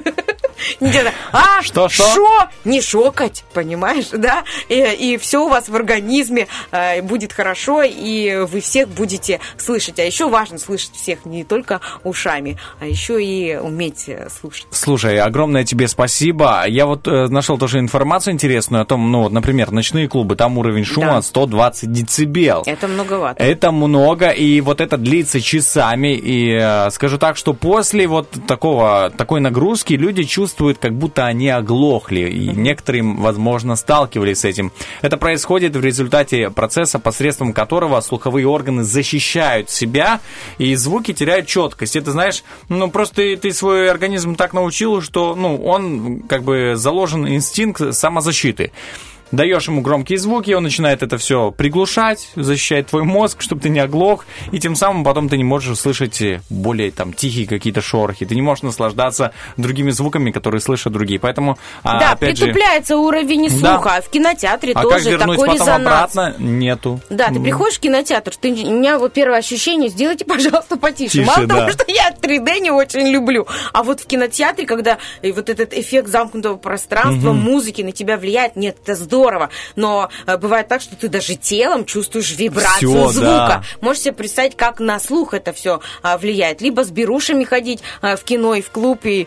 C: Не делать, что? Не шокать, понимаешь, да? И все у вас в организме будет хорошо, и вы всех будете слышать. А еще важно слышать всех не только ушами, а еще и уметь слушать.
B: Слушай, огромное тебе спасибо. Я вот нашел тоже информацию интересную о том, например, ночные клубы, там уровень шума 120 децибел.
C: Это многовато.
B: Это много, и вот это длится часами. И скажу так, что после вот такой нагрузки люди чувствуют, как будто они оглохли, и некоторые, возможно, сталкивались с этим. Это происходит в результате процесса, посредством которого слуховые органы защищают себя, и звуки теряют четкость. Это, знаешь, просто ты свой организм так научил, что, он как бы заложен инстинкт самозащиты. Даешь ему громкие звуки, он начинает это все приглушать, защищает твой мозг, чтобы ты не оглох, и тем самым потом ты не можешь услышать более тихие какие-то шорохи, ты не можешь наслаждаться другими звуками, которые слышат другие. Поэтому,
C: притупляется уровень слуха, а в кинотеатре тоже
B: как вернуть
C: такой
B: потом
C: резонанс.
B: Обратно? Нету.
C: Да, ты приходишь в кинотеатр, у меня вот первое ощущение, сделайте, пожалуйста, потише. Мало того, что я 3D не очень люблю, а вот в кинотеатре, когда вот этот эффект замкнутого пространства, музыки на тебя влияет, нет, это здорово. Но бывает так, что ты даже телом чувствуешь вибрацию звука. Да. Можешь себе представить, как на слух это все влияет. Либо с берушами ходить в кино и в клуб, и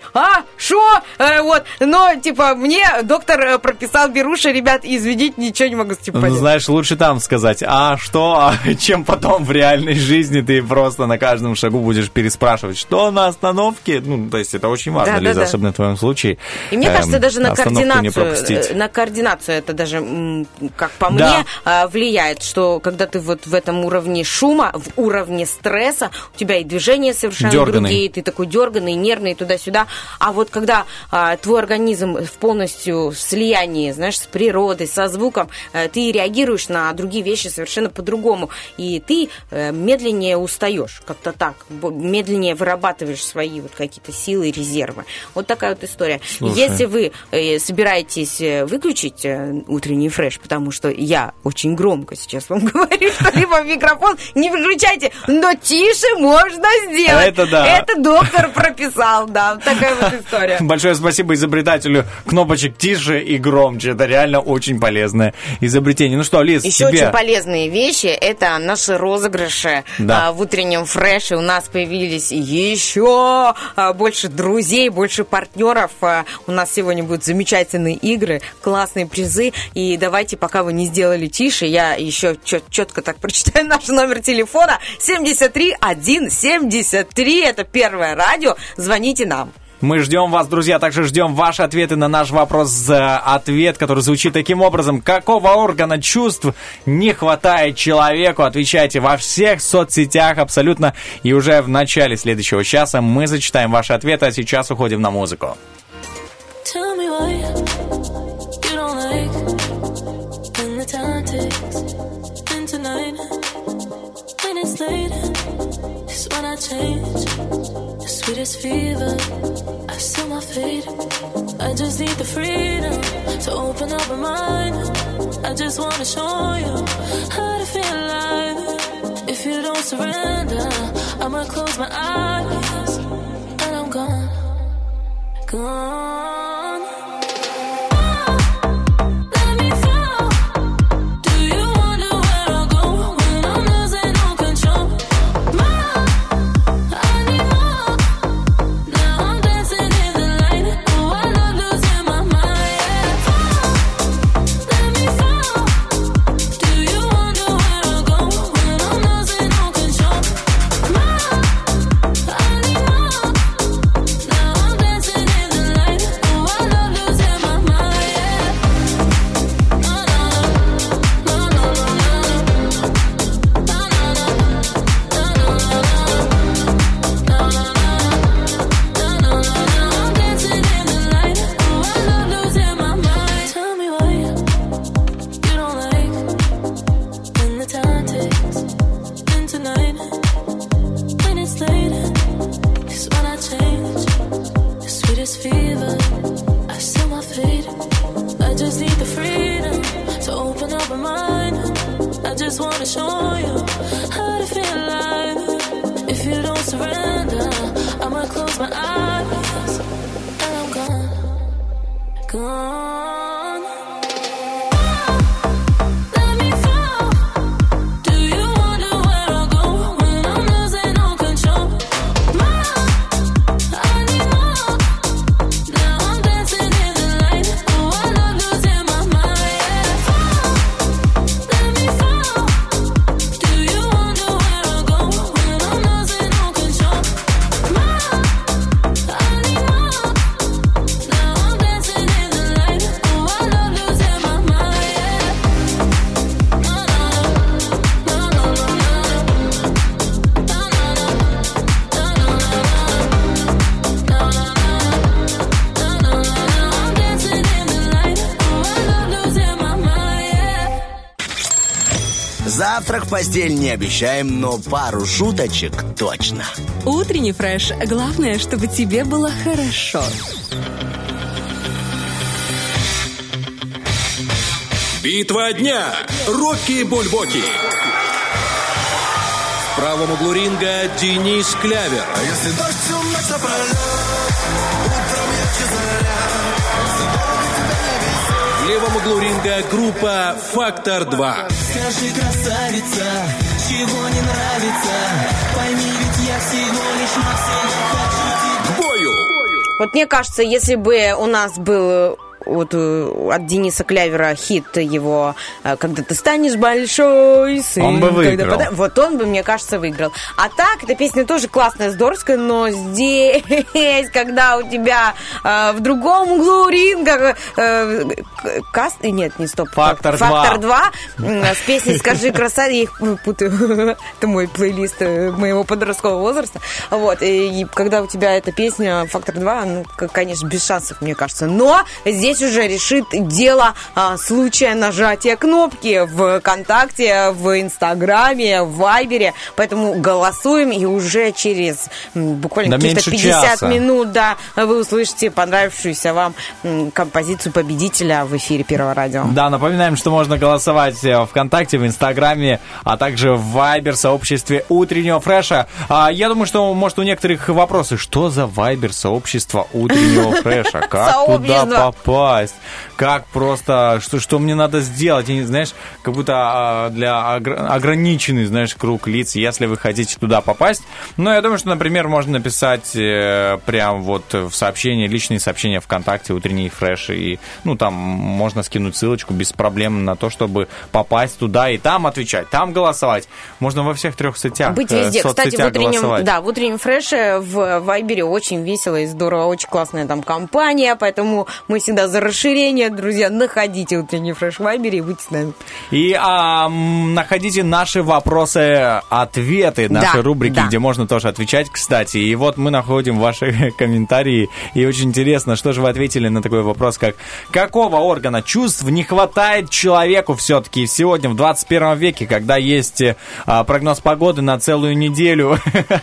C: но, мне доктор прописал беруши, ребят, извините, ничего не могу с этим поделать.
B: Знаешь, лучше там сказать, чем потом в реальной жизни ты просто на каждом шагу будешь переспрашивать, что на остановке? То есть это очень важно, Лиза, особенно в твоем случае.
C: И мне кажется, даже на координацию это даже, как по мне, влияет, что когда ты вот в этом уровне шума, в уровне стресса, у тебя и движения совершенно другие, ты такой дерганый, нервный, туда-сюда. А вот когда твой организм в полностью слиянии, знаешь, с природой, со звуком, ты реагируешь на другие вещи совершенно по-другому. И ты медленнее устаешь, как-то так, медленнее вырабатываешь свои вот какие-то силы и резервы. Вот такая вот история. Слушай. Если вы собираетесь выключить утренний фреш, потому что я очень громко сейчас вам говорю, что либо микрофон не выключайте, но тише можно сделать.
B: Это да.
C: Это доктор прописал, да. Такая вот история.
B: Большое спасибо изобретателю кнопочек тише и громче. Это реально очень полезное изобретение. Ну что, Лиз,
C: еще очень полезные вещи — это наши розыгрыши в утреннем фреше. У нас появились еще больше друзей, больше партнеров. У нас сегодня будут замечательные игры, классные призы. И давайте, пока вы не сделали тише, я еще четко так прочитаю наш номер телефона. 73173. Это Первое радио. Звоните нам.
B: Мы ждем вас, друзья, также ждем ваши ответы на наш вопрос-ответ, который звучит таким образом. Какого органа чувств не хватает человеку? Отвечайте во всех соцсетях абсолютно. И уже в начале следующего часа мы зачитаем ваши ответы, а сейчас уходим на музыку.
I: Sweetest fever, I still my fate. I just need the freedom to open up my mind. I just wanna show you how to feel alive. If you don't surrender, I'ma close my eyes and I'm gone, gone.
E: Завтрак в постель не обещаем, но пару шуточек точно.
H: Утренний фреш. Главное, чтобы тебе было хорошо.
J: Битва дня. Рокки Бульбоки. В правом углу ринга Денис Клявер.
F: А если дождь всю ночь напролет, утром ярче заря.
J: В левом углу ринга группа «Фактор 2».
G: Скажи, красавица, чего не нравится? Пойми, ведь я всего лишь навсегда хочу тебя.
J: К бою!
C: Вот мне кажется, если бы у нас был вот от Дениса Клявера хит его «Когда ты станешь большой сын».
B: Он бы выиграл.
C: Вот он бы, мне кажется, выиграл. А так, эта песня тоже классная, здоровская, но здесь, когда у тебя в другом углу ринга Каст... Нет, не стоп.
B: Фактор 2.
C: Фактор 2 с песней «Скажи, красавица». Я их путаю. Это мой плейлист моего подросткового возраста. Вот. И когда у тебя эта песня «Фактор 2», ну, конечно, без шансов, мне кажется. Но здесь уже решит дело случая нажатия кнопки в ВКонтакте, в Инстаграме, в Вайбере. Поэтому голосуем, и уже через буквально каких-то 50 минут, да, вы услышите понравившуюся вам композицию победителя в эфире Первого радио.
B: Да, напоминаем, что можно голосовать в ВКонтакте, в Инстаграме, а также в Вайбер сообществе Утреннего Фреша. Я думаю, что, может, у некоторых вопросы, что за Вайбер сообщество Утреннего Фреша? Как туда попасть? Как просто, что мне надо сделать? И, знаешь, как будто для ограниченный, знаешь, круг лиц, если вы хотите туда попасть. Но я думаю, что, например, можно написать прям вот в сообщение, личные сообщения ВКонтакте, Утренний Фреш, и, ну, там можно скинуть ссылочку без проблем на то, чтобы попасть туда и там отвечать, там голосовать. Можно во всех 3 сетях.
C: Быть везде. Кстати, в Утреннем Фреше в Вайбере очень весело и здорово, очень классная там компания, поэтому мы всегда за расширение, друзья. Находите Утренний Фреш в Вайбере и будьте с нами.
B: И находите наши вопросы-ответы, наши рубрики, где можно тоже отвечать, кстати. И вот мы находим ваши комментарии, и очень интересно, что же вы ответили на такой вопрос, как какого органа чувств не хватает человеку все-таки сегодня, в 21 веке, когда есть прогноз погоды на целую неделю,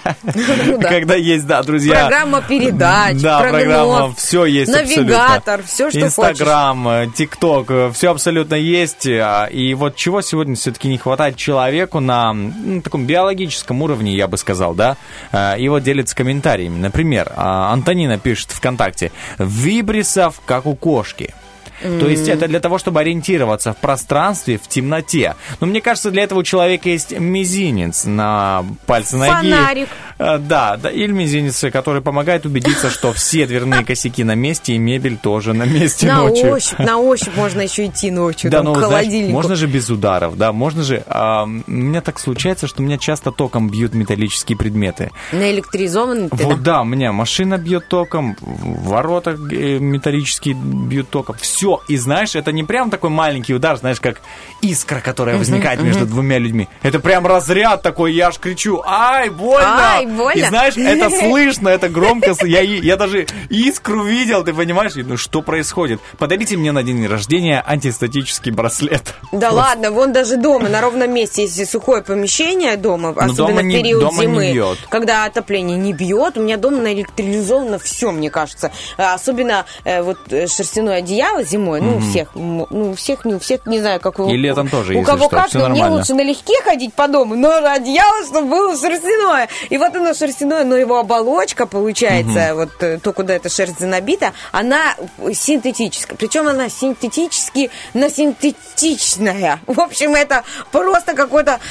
B: когда есть, да, друзья.
C: Программа передач,
B: программа, все есть абсолютно.
C: Навигатор, все, что хочешь.
B: Инстаграм, ТикТок, все абсолютно есть. И вот чего сегодня все-таки не хватает человеку на таком биологическом уровне, я бы сказал, да? И вот делится комментариями. Например, Антонина пишет ВКонтакте: вибрисов, как у кошки. То есть это для того, чтобы ориентироваться в пространстве, в темноте. Но мне кажется, для этого у человека есть мизинец на пальце ноги.
C: Фонарик.
B: Да, или мизинец, который помогает убедиться, что все дверные косяки на месте и мебель тоже на месте ночью.
C: На ощупь можно еще идти ночью,
B: да,
C: там, к холодильнику.
B: Знаешь, можно же без ударов, да, можно же... у меня так случается, что меня часто током бьют металлические предметы.
C: Наэлектризованный ты?
B: Вот, да, меня машина бьет током, ворота металлические бьют током, все. И знаешь, это не прям такой маленький удар, знаешь, как искра, которая возникает между двумя людьми. Это прям разряд такой, я аж кричу: ай, больно!
C: Ай, больно!
B: И знаешь, это слышно, это громко. Я даже искру видел, ты понимаешь? Ну что происходит? Подарите мне на день рождения антистатический браслет.
C: Да ладно, вон даже дома, на ровном месте, если сухое помещение дома, особенно в период зимы, когда отопление не бьет, у меня дома наэлектризовано все, мне кажется. Особенно вот шерстяное одеяло зимой. Ну, у всех, не знаю, как
B: и летом тоже,
C: у кого как, но мне лучше налегке ходить по дому, но одеяло, чтобы было шерстяное. И вот оно шерстяное, но его оболочка, получается, вот то, куда эта шерсть занабита, она синтетическая. Причем она синтетически, но синтетичная. В общем, это просто какой-то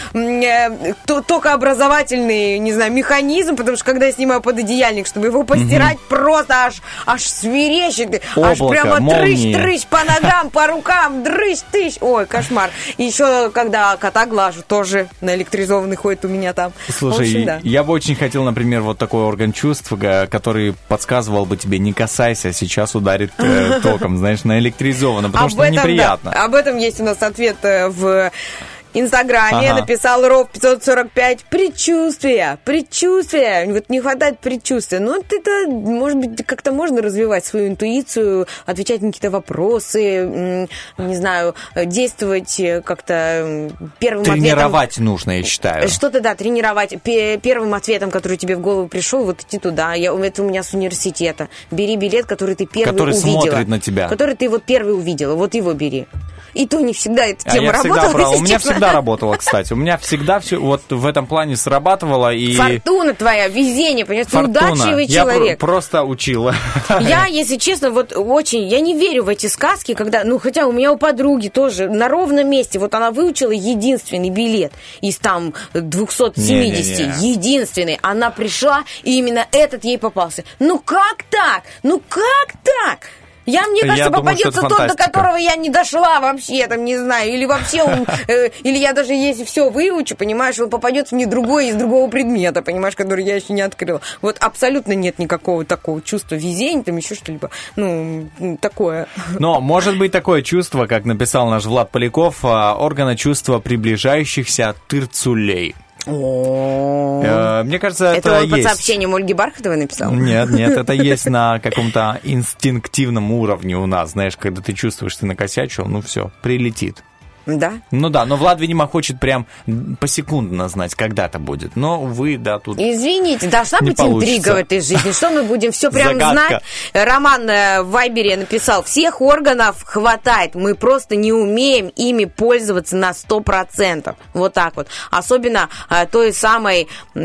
C: токообразовательный, не знаю, механизм, потому что когда я снимаю пододеяльник, чтобы его постирать, просто аж свирещит, аж прямо трыщ по ногам, по рукам, дрыщ-тыщ. Ой, кошмар. И еще, когда кота глажу, тоже наэлектризованный ходит у меня там.
B: Слушай, общем, да. Я бы очень хотел, например, вот такой орган чувств, который подсказывал бы тебе: не касайся, сейчас ударит током, знаешь, наэлектризованно, потому что неприятно.
C: Да, об этом есть у нас ответ в Инстаграме. Написал Ров 545: предчувствие. Вот не хватает предчувствия. Ну, это, может быть, как-то можно развивать свою интуицию, отвечать на какие-то вопросы, не знаю, действовать как-то первым ответом.
B: Тренировать нужно, я считаю.
C: Что-то, да, тренировать. Первым ответом, который тебе в голову пришел, вот идти туда. Это у меня с университета. Бери билет, который ты первый увидела.
B: Который смотрит на тебя.
C: Который ты вот первый увидела. Вот его бери. И то не всегда эта тема работала.
B: У меня всегда работала, кстати. У меня всегда все вот в этом плане срабатывало. И...
C: Фортуна твоя, везение, понимаешь, ты удачливый человек.
B: Я просто учила.
C: Я, если честно, вот очень, я не верю в эти сказки, когда, ну, хотя у меня у подруги тоже на ровном месте, вот она выучила единственный билет из там 270, единственный. Она пришла, и именно этот ей попался. Ну, как так? Мне кажется, попадется тот, до которого я не дошла вообще, там, не знаю, или вообще он, или я даже если все выучу, понимаешь, он попадется мне другой из другого предмета, понимаешь, который я еще не открыла. Вот абсолютно нет никакого такого чувства везения, там еще что-либо, такое.
B: Но может быть такое чувство, как написал наш Влад Поляков, органа чувства приближающихся тырцулей. Мне кажется, это
C: он под сообщением Ольги Бархатовой написал?
B: Нет, это есть на каком-то инстинктивном уровне у нас. Знаешь, когда ты чувствуешь, ты накосячил, все, прилетит.
C: Да?
B: Но Влад, видимо, хочет прям посекундно знать, когда это будет. Но, увы, да, тут
C: извините, должна быть интрига в этой жизни. Что мы будем все прям знать? Роман в Вайбере написал, всех органов хватает, мы просто не умеем ими пользоваться на 100%. Вот так вот. Особенно той самой,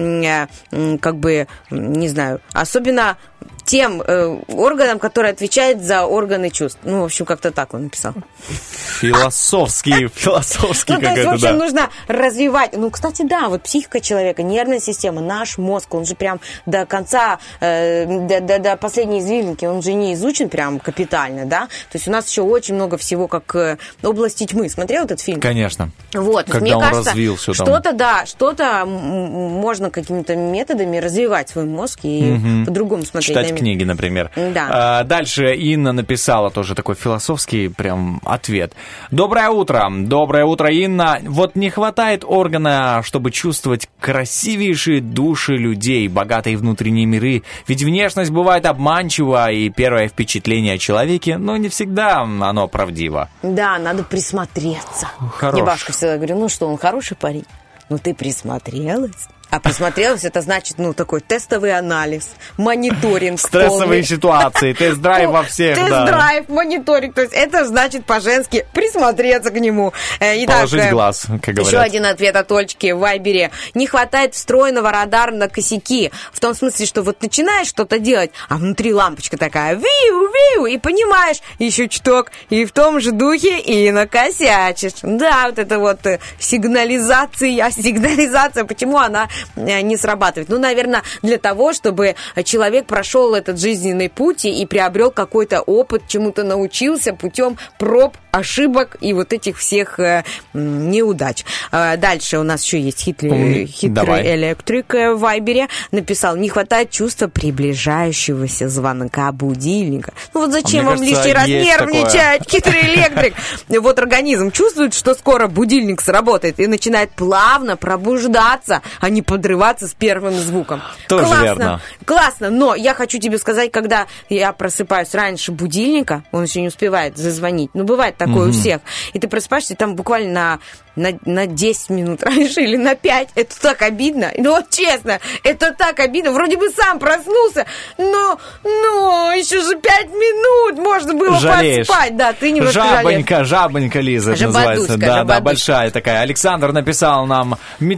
C: особенно тем органам, которые отвечают за органы чувств. В общем, как-то так он написал.
B: Философский какой-то,
C: то есть, в общем, нужно развивать. Кстати, да, вот психика человека, нервная система, наш мозг, он же прям до конца, до последней извилинки, он же не изучен прям капитально, да? То есть у нас еще очень много всего, как области тьмы. Смотрел этот фильм?
B: Конечно.
C: Вот.
B: Когда
C: мне
B: он
C: кажется,
B: развил все там.
C: Что-то можно какими-то методами развивать свой мозг и по-другому смотреть.
B: Читать книги, например.
C: Да.
B: Дальше Инна написала тоже такой философский прям ответ. Доброе утро, Инна. Вот не хватает органа, чтобы чувствовать красивейшие души людей, богатые внутренние миры. Ведь внешность бывает обманчива, и первое впечатление о человеке, не всегда оно правдиво.
C: Да, надо присмотреться.
B: Хорош.
C: Мне бабушка всегда говорила, что он хороший парень. Ты присмотрелась? А присмотрелась, это значит, такой тестовый анализ, мониторинг.
B: Стрессовые ситуации, тест-драйв во всех,
C: Тест-драйв, мониторинг. То есть это значит по-женски присмотреться к нему.
B: Итак, положить глаз, как говорят.
C: Еще один ответ от Ольчки в Вайбере. Не хватает встроенного радара на косяки. В том смысле, что вот начинаешь что-то делать, а внутри лампочка такая, виу, и понимаешь, еще чуток, и в том же духе и накосячишь. Да, вот это вот сигнализация, почему она не срабатывает? Наверное, для того, чтобы человек прошел этот жизненный путь и приобрел какой-то опыт, чему-то научился путем проб, ошибок и вот этих всех неудач. Дальше у нас еще есть хитрый электрик в Вайбере. Написал, не хватает чувства приближающегося звонка будильника. Зачем вам лишний раз нервничать, хитрый электрик? Вот организм чувствует, что скоро будильник сработает и начинает плавно пробуждаться, а не подрываться с первым звуком.
B: Тоже
C: классно,
B: верно.
C: Классно, но я хочу тебе сказать, когда я просыпаюсь раньше будильника, он еще не успевает зазвонить. Бывает такое у всех. И ты просыпаешься, там буквально на 10 минут раньше или на 5. Это так обидно. Честно, это так обидно. Вроде бы сам проснулся, но еще же 5 минут можно было поспать. Да, ты немножко
B: Жабонька, Лиза, это называется. Да, большая такая. Александр написал нам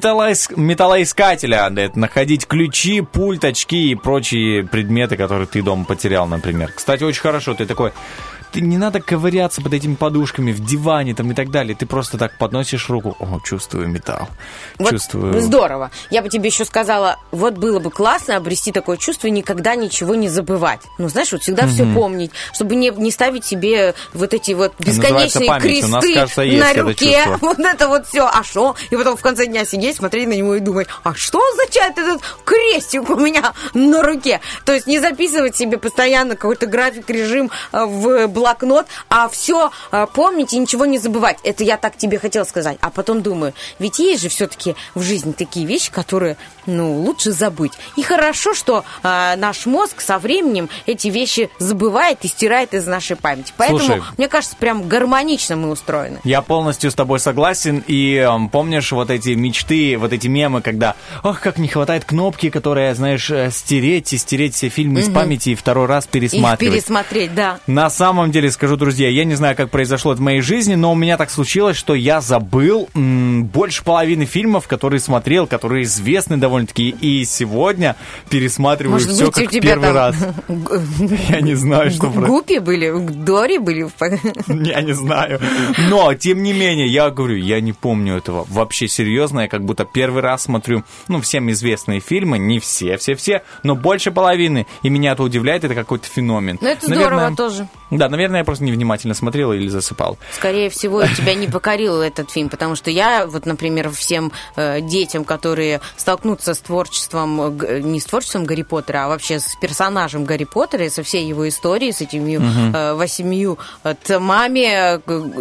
B: металлоискателя, находить ключи, пульт, очки и прочие предметы, которые ты дома потерял, например. Кстати, очень хорошо, ты такой... Не надо ковыряться под этими подушками в диване и так далее. Ты просто так подносишь руку. Чувствую металл. Чувствую.
C: Здорово. Я бы тебе еще сказала, было бы классно обрести такое чувство и никогда ничего не забывать. Знаешь, всегда все помнить, чтобы не ставить себе вот эти бесконечные кресты на руке. Вот это вот все. А что? И потом в конце дня сидеть, смотреть на него и думать, а что означает этот крестик у меня на руке? То есть не записывать себе постоянно какой-то график, режим в блокнот, а все помнить и ничего не забывать. Это я так тебе хотела сказать. А потом думаю, ведь есть же все-таки в жизни такие вещи, которые, лучше забыть. И хорошо, что наш мозг со временем эти вещи забывает и стирает из нашей памяти. Поэтому, мне кажется, прям гармонично мы устроены.
B: Я полностью с тобой согласен. И помнишь вот эти мечты, вот эти мемы, когда, как не хватает кнопки, которая, знаешь, стереть все фильмы из памяти и второй раз пересматривать.
C: Их пересмотреть, да.
B: На самом деле, скажу, друзья, я не знаю, как произошло это в моей жизни, но у меня так случилось, что я забыл больше половины фильмов, которые смотрел, которые известны довольно довольно-таки и сегодня пересматриваю все как первый раз. Я не знаю, что...
C: Гуппи были? Дори были?
B: Я не знаю. Но, тем не менее, я говорю, я не помню этого. Вообще серьезно, я как будто первый раз смотрю, всем известные фильмы, не все, но больше половины. И меня это удивляет, это какой-то феномен.
C: Ну, это здорово тоже.
B: Да, наверное, я просто невнимательно смотрел или засыпал.
C: Скорее всего, тебя не покорил этот фильм, потому что я, вот, например, всем детям, которые столкнутся с творчеством, не с творчеством Гарри Поттера, а вообще с персонажем Гарри Поттера и со всей его историей, с этими 8 томами.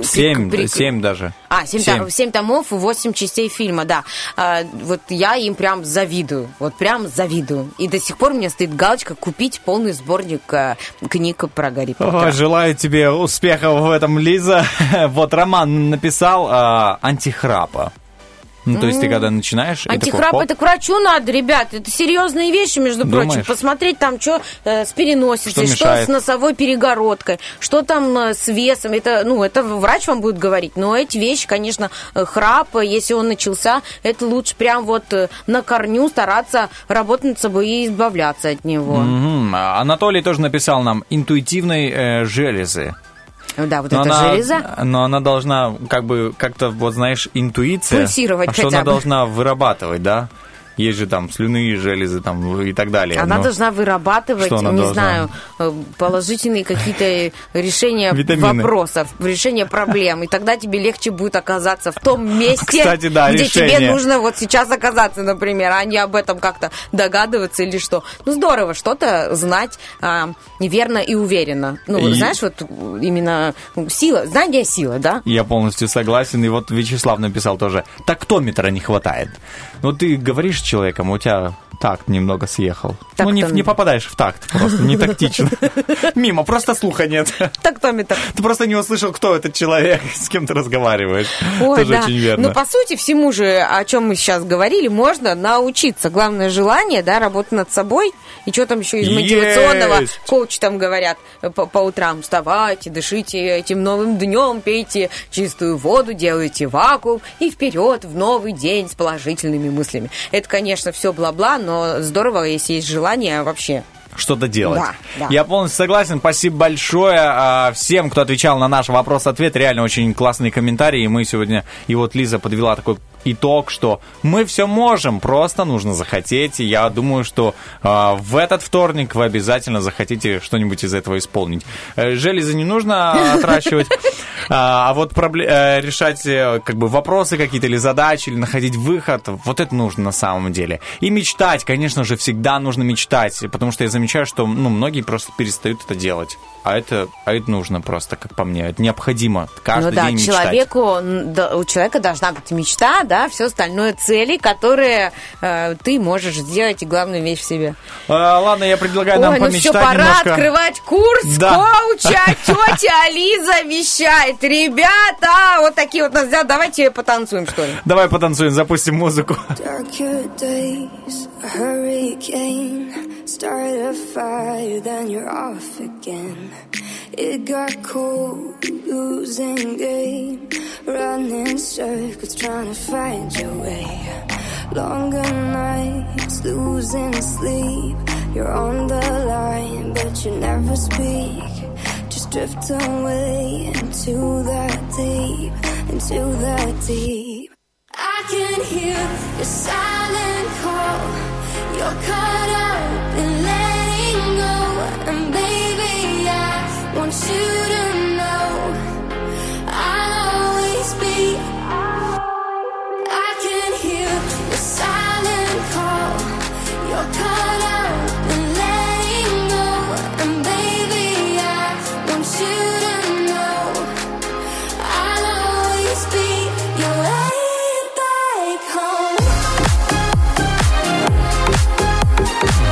B: 7 даже.
C: 7 томов, 8 частей фильма, да. Вот я им прям завидую. И до сих пор у меня стоит галочка «Купить полный сборник книг про Гарри Поттера».
B: Желаю тебе успехов в этом, Лиза. Вот Роман написал «Антихрапа». То есть ты когда начинаешь...
C: Антихрап, это к врачу надо, ребят. Это серьезные вещи, между прочим. Посмотреть там, что с переносицей, что с носовой перегородкой, что там с весом. Это врач вам будет говорить. Но эти вещи, конечно, храп, если он начался, это лучше прям вот на корню стараться работать над собой и избавляться от него.
B: Анатолий тоже написал нам «интуитивной железы».
C: Да, вот эта железа.
B: Но она должна как-то, вот знаешь, интуиция.
C: Пульсировать
B: что она должна вырабатывать, да? Есть же там слюнные железы там, и так далее.
C: Она должна вырабатывать, знаю, положительные какие-то решения вопросов, решения проблем. И тогда тебе легче будет оказаться в том месте, где тебе нужно вот сейчас оказаться, например, а не об этом как-то догадываться или что. Здорово что-то знать верно и уверенно. Знаешь, вот именно сила, знание сила, да?
B: Я полностью согласен. И вот Вячеслав написал тоже, тактометра не хватает. Ты говоришь с человеком, у тебя такт немного съехал. Не попадаешь в такт, просто не тактично. Мимо, просто слуха нет.
C: Тактометр.
B: Ты просто не услышал, кто этот человек, с кем ты разговариваешь. Тоже очень верно.
C: По сути, всему же, о чем мы сейчас говорили, можно научиться. Главное желание, да, работать над собой. И что там еще из мотивационного коуча там говорят по утрам? Вставайте, дышите этим новым днем, пейте чистую воду, делайте вакуум и вперед в новый день с положительными мыслями. Это, конечно, все бла-бла, но здорово, если есть желание вообще
B: что-то делать.
C: Да.
B: Я полностью согласен. Спасибо большое всем, кто отвечал на наш вопрос-ответ. Реально очень классные комментарии. И мы сегодня... И вот Лиза подвела такой итог, что мы все можем, просто нужно захотеть. И я думаю, что в этот вторник вы обязательно захотите что-нибудь из этого исполнить. Железы не нужно отращивать, а вот решать вопросы какие-то или задачи, или находить выход, вот это нужно на самом деле. И мечтать, конечно же, всегда нужно мечтать, потому что я замечаю, что многие просто перестают это делать. А это нужно просто, как по мне, это необходимо каждый день мечтать.
C: У человека должна быть мечта, да, все остальное цели, которые ты можешь сделать, и главная вещь в себе.
B: Ладно, я предлагаю нам помечтать
C: немножко.
B: Пора
C: открывать курс коуча. Тетя Лиза вещает. Ребята, вот такие вот нас взяли. Давайте потанцуем, что ли.
B: Давай потанцуем, запустим музыку.
I: Start a fire, then you're off again. It got cold, losing game, running circles, trying to find your way. Longer nights, losing sleep. You're on the line, but you never speak. Just drift away into that deep. I can hear your silent call. You're caught up in letting go. And baby, I want you to know I'll always be. I can hear your silent call. You're caught up in letting go. And baby, I want you to know I'll always be your way back home.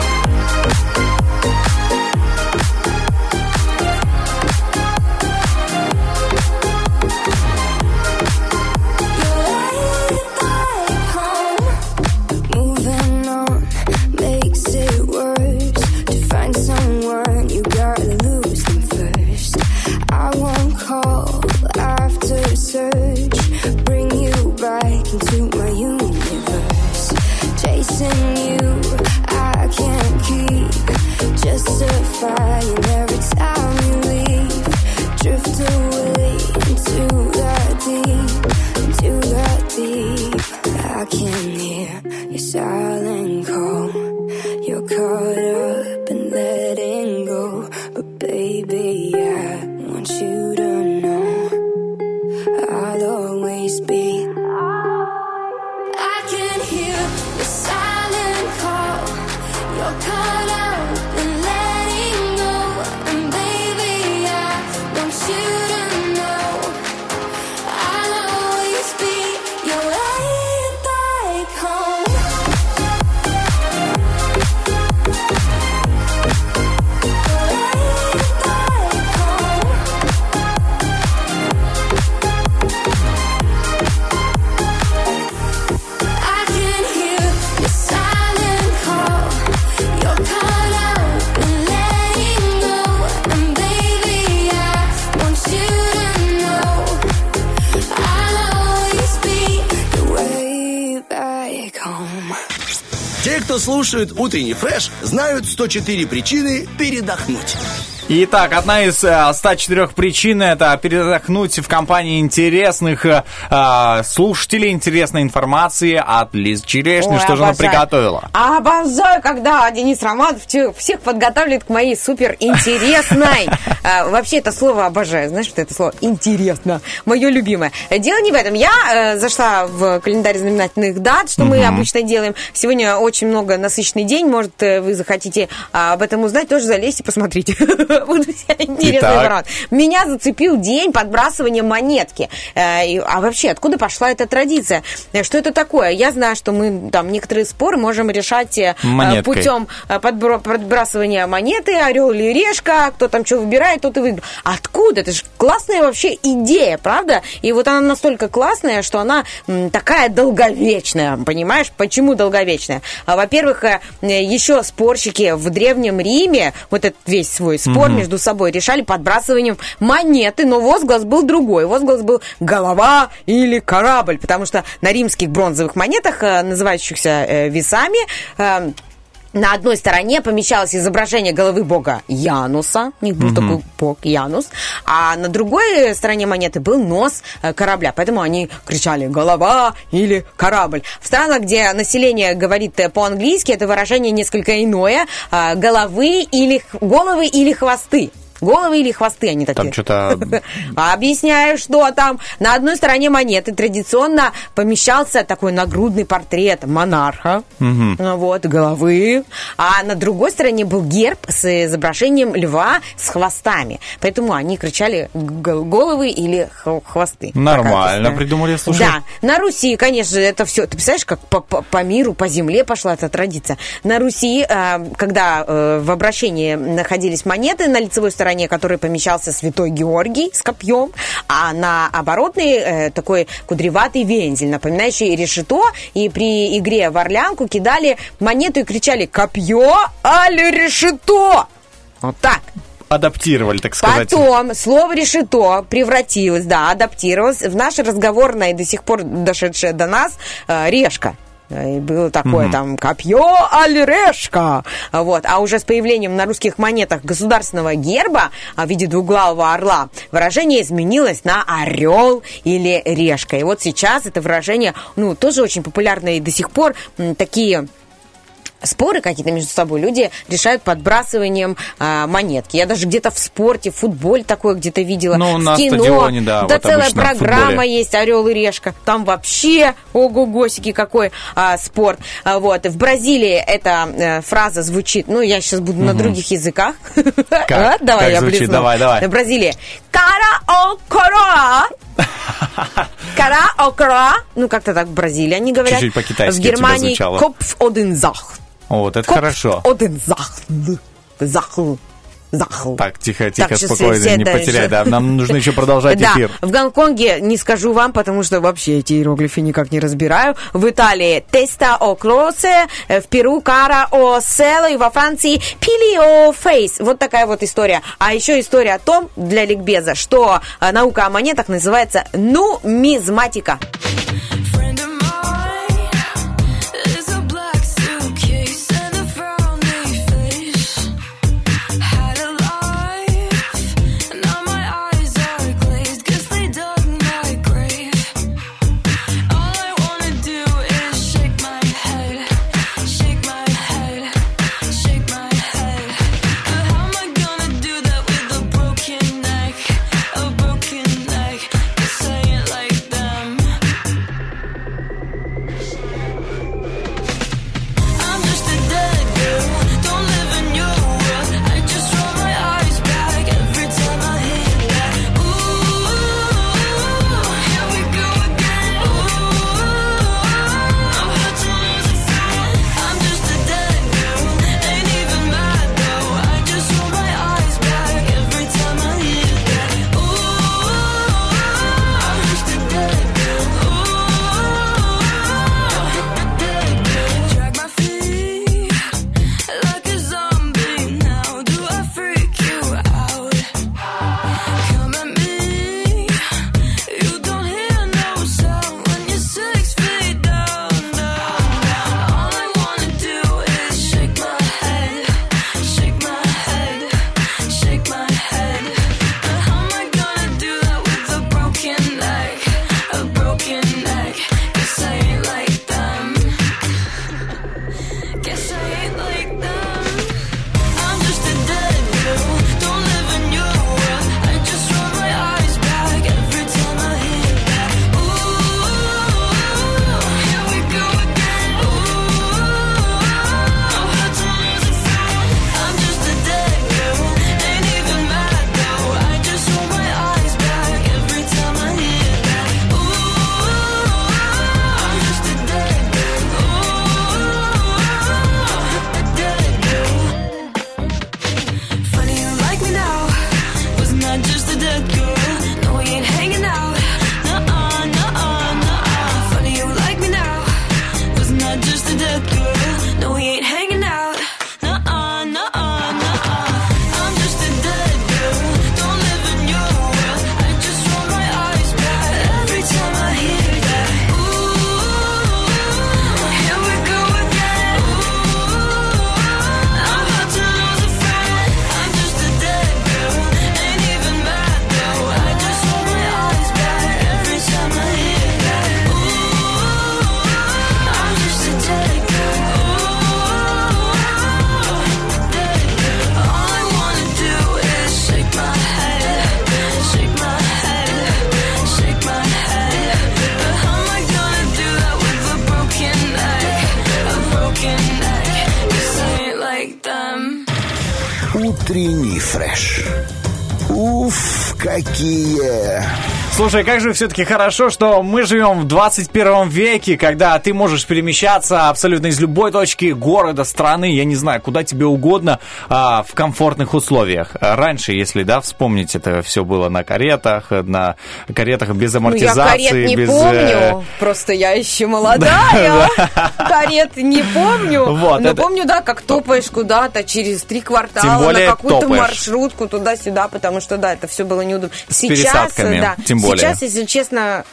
I: terrifying every time you leave. Drift away into the deep. I can hear your silent call. You're caught up in letting go. But baby, I want you to know I'll always be. I can hear your silent call. You're caught up in letting go. And baby, I want you to know I'll always be your way back home.
E: Те, кто слушает утренний фреш, знают 104 причины передохнуть.
B: Итак, одна из 104 причин — это передохнуть в компании интересных слушателей, интересной информации от Лизы Черешни. Что же она приготовила?
C: Обожаю, когда Денис Романов всех подготавливает к моей супер интересной. Вообще это слово обожаю. Знаешь, что это слово «интересно»? Мое любимое. Дело не в этом. Я зашла в календарь знаменательных дат, что мы обычно делаем. Сегодня очень много насыщенный день. Может, вы захотите об этом узнать, тоже залезьте, посмотрите. Буду себе интересный вариант. Меня зацепил день подбрасывания монетки. А вообще, откуда пошла эта традиция? Что это такое? Я знаю, что мы там некоторые споры можем решать путем подбрасывания монеты, орел или решка, кто там что выбирает, тот и выиграет. Откуда? Это же классная вообще идея, правда? И вот она настолько классная, что она такая долговечная, понимаешь? Почему долговечная? Во-первых, еще спорщики в Древнем Риме, вот этот весь свой спор между собой решали подбрасыванием монеты, но возглас был другой. Возглас был «голова» или «корабль», потому что на римских бронзовых монетах, называющихся весами, на одной стороне помещалось изображение головы бога Януса, у них был такой бог Янус, а на другой стороне монеты был нос корабля, поэтому они кричали «голова» или «корабль». В странах, где население говорит по-английски, это выражение несколько иное – головы или хвосты. Головы или хвосты они такие?
B: Там что-то...
C: Объясняю, что там. На одной стороне монеты традиционно помещался такой нагрудный портрет монарха, вот, головы, а на другой стороне был герб с изображением льва с хвостами. Поэтому они кричали головы или хвосты.
B: Нормально придумали, слушай.
C: Да, на Руси, конечно, это все... Ты представляешь, как по миру, по земле пошла эта традиция. На Руси, когда в обращении находились монеты на лицевой стороне, который помещался святой Георгий с копьем, а на оборотный такой кудреватый вензель, напоминающий решето, и при игре в орлянку кидали монету и кричали «копье али решето!» Вот так.
B: Адаптировали, так сказать.
C: Потом слово «решето» превратилось, адаптировалось в наше разговорное и до сих пор дошедшее до нас «решка». И было такое там «копье аль решка». Вот. А уже с появлением на русских монетах государственного герба в виде двуглавого орла выражение изменилось на «орел» или «решка». И вот сейчас это выражение, тоже очень популярно, и до сих пор такие... споры какие-то между собой люди решают подбрасыванием монетки. Я даже где-то в спорте, в футболе такое где-то видела.
B: На
C: в кино.
B: стадионе, да.
C: Да,
B: вот
C: целая программа есть «Орел и решка». Там вообще, ого-госики, какой спорт. Вот. В Бразилии эта фраза звучит, я сейчас буду на других языках.
B: Как?
C: Давай,
B: как
C: я
B: звучит?
C: близну.
B: Давай.
C: В Бразилии «Кара-о-кора». «Кара-о-кора». Как-то так в Бразилии они говорят.
B: Чуть-чуть по-китайски
C: в Германии
B: у тебя звучало.
C: «Копф один зах».
B: Вот, это хорошо.
C: Один захл.
B: Так, тихо,
C: Так,
B: спокойно, не потеряй, да. Нам нужно еще продолжать эфир.
C: В Гонконге не скажу вам, потому что вообще эти иероглифы никак не разбираю. В Италии «теста о кросе», в Перу «кара о село» и во Франции «пили о фейс». Вот такая вот история. А еще история о том, для ликбеза, что наука о монетах называется нумизматика.
I: Had
E: Утренний фреш. Уф, какие...
B: Слушай, как же все-таки хорошо, что мы живем в 21 веке, когда ты можешь перемещаться абсолютно из любой точки города, страны, я не знаю, куда тебе угодно, в комфортных условиях. Раньше, если, вспомнить, это все было на каретах без амортизации.
C: Я карет не
B: без...
C: помню, просто я еще молодая, карет не помню, но помню, как топаешь куда-то через 3 квартала на какую-то маршрутку туда-сюда, потому что, это все было неудобно.
B: С пересадками, тем более.
C: Сейчас, если честно,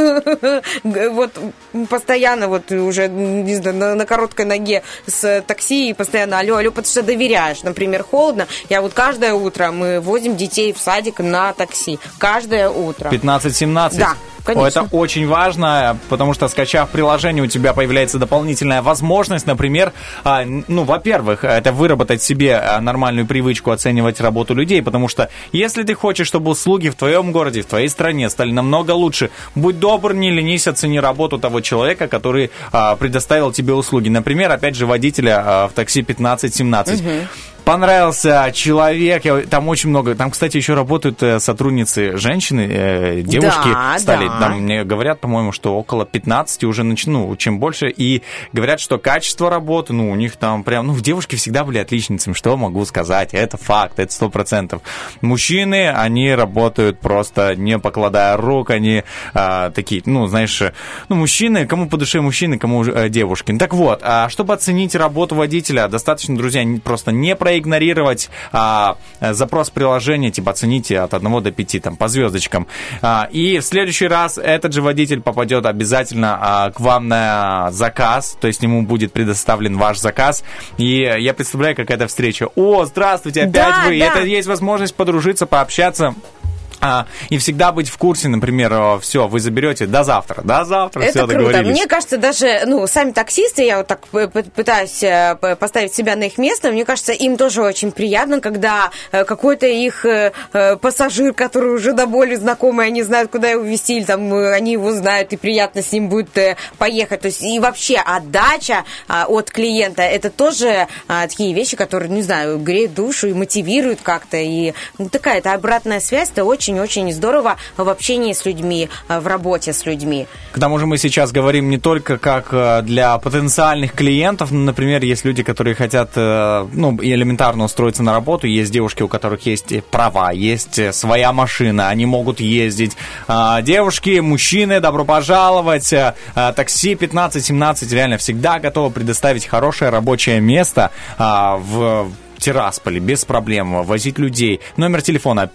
C: вот постоянно уже не знаю, на короткой ноге с такси и постоянно алло, потому что доверяешь. Например, холодно. Я вот каждое утро мы возим детей в садик на такси. Каждое утро.
B: 15-17?
C: Да. Конечно.
B: Это очень важно, потому что, скачав приложение, у тебя появляется дополнительная возможность, например, во-первых, это выработать себе нормальную привычку оценивать работу людей, потому что если ты хочешь, чтобы услуги в твоем городе, в твоей стране стали намного лучше, будь добр, не ленись, оцени работу того человека, который предоставил тебе услуги. Например, опять же, водителя в такси 15-17. Понравился человек, там очень много, там, кстати, еще работают сотрудницы женщины, девушки стали, там мне говорят, по-моему, что около 15 уже, чем больше, и говорят, что качество работы, у них там прям, девушки всегда были отличницами, что могу сказать, это факт, это 100%. Мужчины, они работают просто не покладая рук, они такие, мужчины, кому по душе мужчины, кому девушки. Так вот, чтобы оценить работу водителя, достаточно, друзья, просто не проигнорировать запрос приложения, оцените от 1 до 5, по звездочкам. И в следующий раз этот же водитель попадет обязательно к вам на заказ, то есть ему будет предоставлен ваш заказ. И я представляю, как эта встреча. О, здравствуйте, опять вы. Это есть возможность подружиться, пообщаться. И всегда быть в курсе, например, все, вы заберете до завтра,
C: это
B: все,
C: круто.
B: договорились.
C: Мне кажется, даже, сами таксисты, я вот так пытаюсь поставить себя на их место, мне кажется, им тоже очень приятно, когда какой-то их пассажир, который уже до боли знакомый, они знают, куда его везти, или там они его знают, и приятно с ним будет поехать. То есть и вообще отдача от клиента, это тоже такие вещи, которые, не знаю, греют душу и мотивируют как-то, и такая-то обратная связь, это очень-очень здорово в общении с людьми, в работе с людьми.
B: К тому же мы сейчас говорим не только как для потенциальных клиентов, например, есть люди, которые хотят, элементарно устроиться на работу, есть девушки, у которых есть права, есть своя машина, они могут ездить. Девушки, мужчины, добро пожаловать, такси 15-17 реально всегда готовы предоставить хорошее рабочее место в Тирасполе, без проблем, возить людей. Номер телефона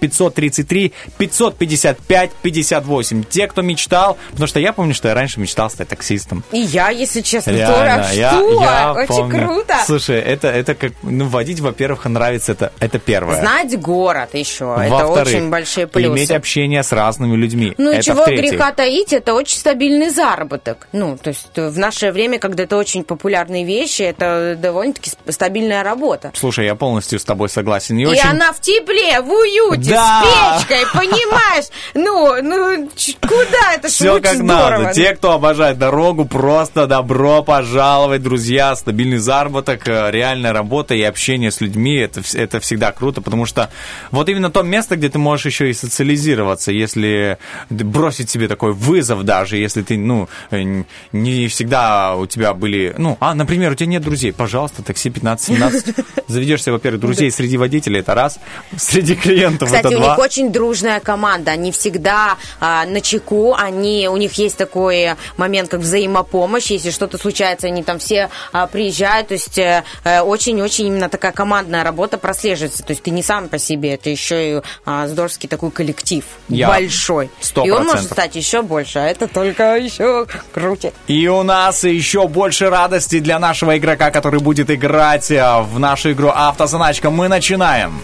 B: 533-555-58. Те, кто мечтал, потому что я помню, что я раньше мечтал стать таксистом.
C: И я, если честно,
B: реально,
C: тоже.
B: Я
C: очень
B: помню.
C: Круто.
B: Слушай, это как, водить, во-первых, нравится, это первое.
C: Знать город еще, это очень большие плюсы.
B: Иметь общение с разными людьми.
C: И чего греха таить, это очень стабильный заработок. То есть в наше время, когда это очень популярные вещи, это довольно-таки стабильная работа.
B: Слушай, я полностью с тобой согласен.
C: И она в тепле, в уюте, с печкой, понимаешь? Куда это?
B: Все как
C: здорово.
B: надо. Те, кто обожает дорогу, просто добро пожаловать, друзья. Стабильный заработок, реальная работа и общение с людьми, это всегда круто, потому что вот именно то место, где ты можешь еще и социализироваться, если бросить себе такой вызов даже, если ты, не всегда у тебя были, например, у тебя нет друзей, пожалуйста, такси 15-17, заведешь себе, во-первых, друзей среди водителей, это раз, среди клиентов,
C: кстати,
B: это два.
C: У них очень дружная команда, они всегда начеку, у них есть такой момент, как взаимопомощь, если что-то случается, они там все приезжают, то есть очень-очень именно такая командная работа прослеживается, то есть ты не сам по себе, это еще и здоровский такой коллектив, большой.
B: 100%.
C: И он может стать еще больше, а это только еще круче.
B: И у нас еще больше радости для нашего игрока, который будет играть в нашу игру «Автозаначка». Мы начинаем.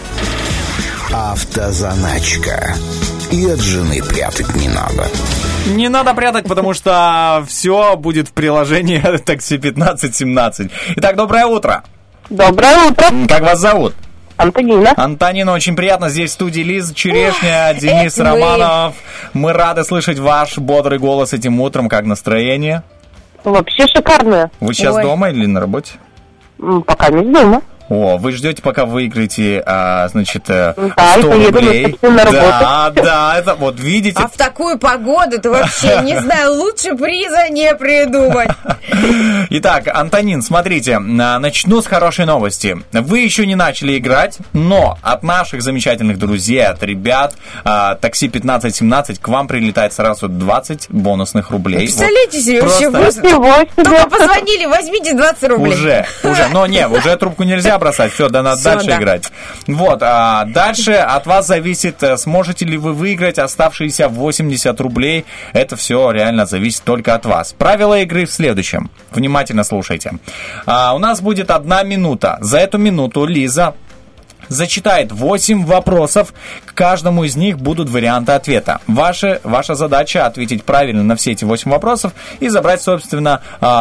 E: Автозаначка. И от жены прятать не надо.
B: Не надо прятать, потому что все будет в приложении такси 15-17. Итак, доброе утро.
K: Доброе утро.
B: Как вас зовут?
K: Антонина.
B: Антонина, очень приятно. Здесь в студии Лиза Черешня, Денис Романов. Мы рады слышать ваш бодрый голос этим утром. Как настроение?
K: Вообще шикарное.
B: Вы сейчас дома или на работе?
K: Пока не дома.
B: О, вы ждете, пока выиграете, значит, 100
K: рублей.
B: Да, это вот видите.
C: А в такую погоду-то вообще, не знаю, лучше приза не придумать.
B: Итак, Антонин, смотрите, начну с хорошей новости. Вы еще не начали играть, но от наших замечательных друзей, от ребят, такси 1517, к вам прилетает сразу 20 бонусных рублей.
C: Представляете себе, вообще только позвонили, возьмите 20 рублей.
B: Уже, но не, уже трубку нельзя бросать, все, да, надо дальше играть. Вот, дальше от вас зависит, сможете ли вы выиграть оставшиеся 80 рублей. Это все реально зависит только от вас. Правила игры в следующем. Внимательно слушайте. У нас будет 1 минута. За эту минуту Лиза зачитает 8 вопросов. К каждому из них будут варианты ответа. Ваша задача ответить правильно на все эти 8 вопросов и забрать, собственно,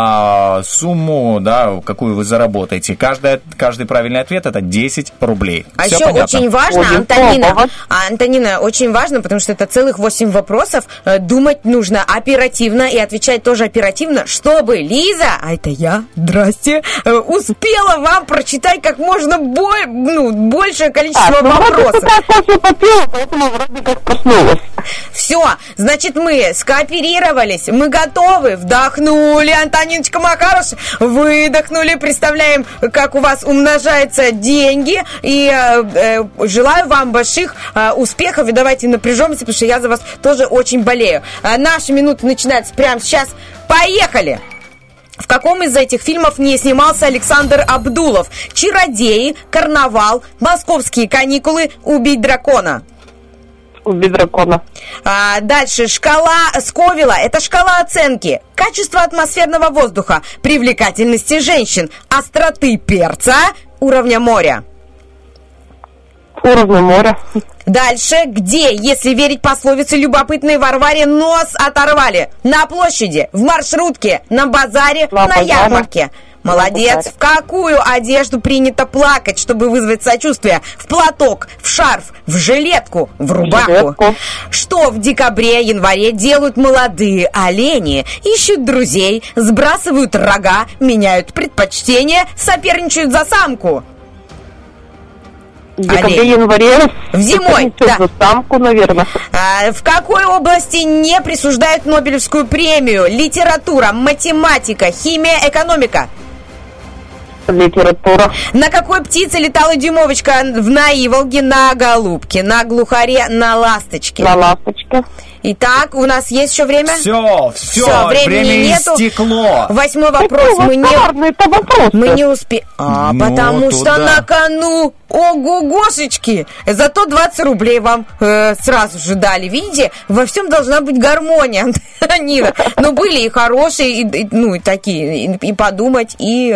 B: сумму, да, какую вы заработаете. Каждый правильный ответ — это 10 рублей.
C: А
B: все
C: еще
B: понятно?
C: очень важно, Антонина, очень важно, потому что это целых 8 вопросов. Думать нужно оперативно и отвечать тоже оперативно, чтобы Лиза, а это я, здрасте, успела вам прочитать как можно большее количество вопросов.
K: Поэтому вроде как проснулась.
C: Все, значит, мы скооперировались, мы готовы, вдохнули, Антониночка Макарош, выдохнули, представляем, как у вас умножаются деньги, и желаю вам больших успехов, и давайте напряжемся, потому что я за вас тоже очень болею. Наша минута начинается прямо сейчас. Поехали! В каком из этих фильмов не снимался Александр Абдулов? «Чародеи», «Карнавал», «Московские каникулы», «Убить дракона».
K: «Убить дракона».
C: Дальше. Шкала Сковила. Это шкала оценки. Качество атмосферного воздуха, привлекательности женщин, остроты перца, уровня моря.
K: Уровня моря.
C: Дальше. Где, если верить пословице любопытной Варваре, нос оторвали? На площади, в маршрутке, на базаре, на ярмарке. Молодец. В какую одежду принято плакать, чтобы вызвать сочувствие? В платок, в шарф, в жилетку, в рубаху. Что в декабре-январе делают молодые олени? Ищут друзей, сбрасывают рога, меняют предпочтения, соперничают за самку.
K: В декабре-январе.
C: Зимой, да.
K: За самку, наверное.
C: В какой области не присуждают Нобелевскую премию? Литература, математика, химия, экономика.
K: Литература.
C: На какой птице летала дюймовочка? На иволге, на голубке, на глухаре, на ласточке.
K: На ласточке.
C: Итак, у нас есть еще время?
B: Все, времени нету. Истекло.
C: 8 вопрос. Мы не успеем. Потому что на кону ого-гошечки. Зато 20 рублей вам сразу же дали. Видите, во всем должна быть гармония, Антонина. Но были и хорошие, и такие, и подумать, и...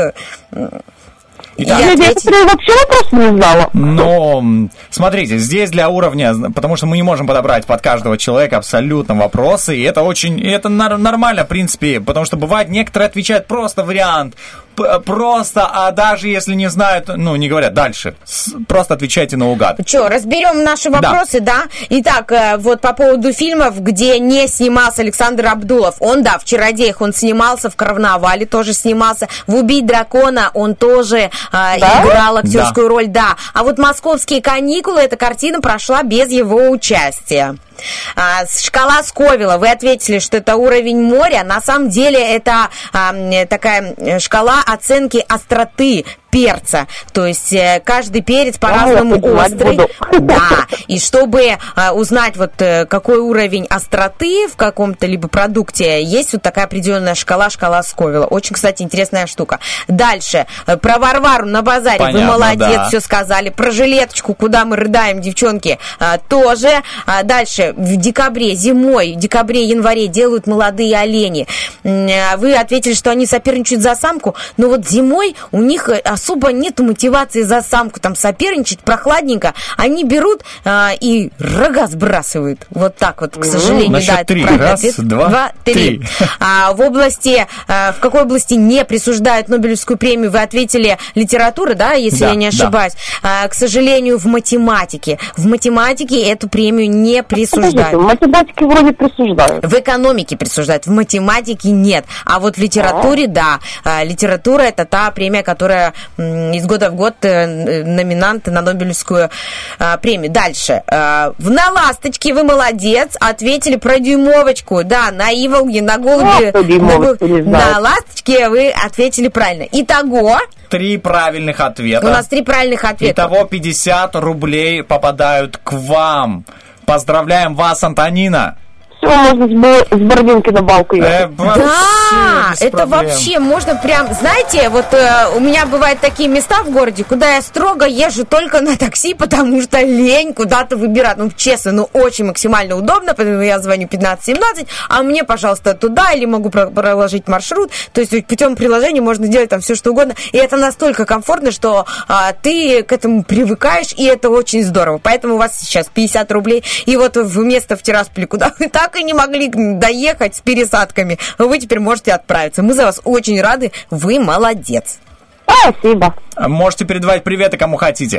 K: Я вообще вопрос не знала.
B: Но, смотрите, здесь для уровня, потому что мы не можем подобрать под каждого человека абсолютно вопросы, и это нормально, в принципе, потому что бывает, некоторые отвечают просто вариант, а даже если не знают, не говорят дальше, просто отвечайте наугад.
C: Что, разберем наши вопросы, да? Итак, вот по поводу фильмов, где не снимался Александр Абдулов, в «Чародеях» он снимался, в «Карнавале» тоже снимался, в «Убить дракона» он тоже играл актерскую роль, да. А вот «Московские каникулы», эта картина прошла без его участия. Шкала Сковила, вы ответили, что это уровень моря. На самом деле это такая шкала оценки остроты перца. То есть каждый перец по-разному острый. Да. И чтобы узнать, какой уровень остроты в каком-то либо продукте, есть вот такая определенная шкала Сковила. Очень, кстати, интересная штука. Дальше. Про Варвару на базаре. Понятно, вы молодец, все сказали. Про жилеточку, куда мы рыдаем, девчонки, тоже. Дальше. В декабре-январе делают молодые олени. Вы ответили, что они соперничают за самку, но вот зимой у них особо нету мотивации за самку там соперничать, прохладненько. Они берут и рога сбрасывают. Вот так вот, к сожалению.
B: Насчет 3. Раз, два, три.
C: В какой области не присуждают Нобелевскую премию? Вы ответили литература, да, если я не ошибаюсь. К сожалению, в математике. В математике эту премию не присуждают.
K: В математике вроде присуждают.
C: В экономике присуждают, в математике нет. А вот в литературе, да. Литература — это та премия, которая из года в год номинант на Нобелевскую премию. Дальше. На ласточке вы молодец, ответили про дюймовочку. Да, на Иволге, на голубе. На ласточке вы ответили правильно. Итого...
L: 3 правильных ответа.
C: У нас 3 правильных ответа.
L: Итого 50 рублей попадают к вам. Поздравляем вас, Антонина.
K: Все, можно с Бородинки на балку ехать.
C: Да, это вообще можно прям... Знаете, вот у меня бывают такие места в городе, куда я строго езжу только на такси, потому что лень куда-то выбирать. Ну, честно, очень максимально удобно, поэтому я звоню 1517, а мне, пожалуйста, туда, или могу проложить маршрут. То есть путем приложения можно делать там все, что угодно. И это настолько комфортно, что ты к этому привыкаешь, и это очень здорово. Поэтому у вас сейчас 50 рублей. И вот вместо в Тирасполе, куда вы так и не могли доехать с пересадками, вы теперь можете отправиться. Мы за вас очень рады. Вы молодец.
K: Спасибо.
L: Можете передавать приветы кому хотите.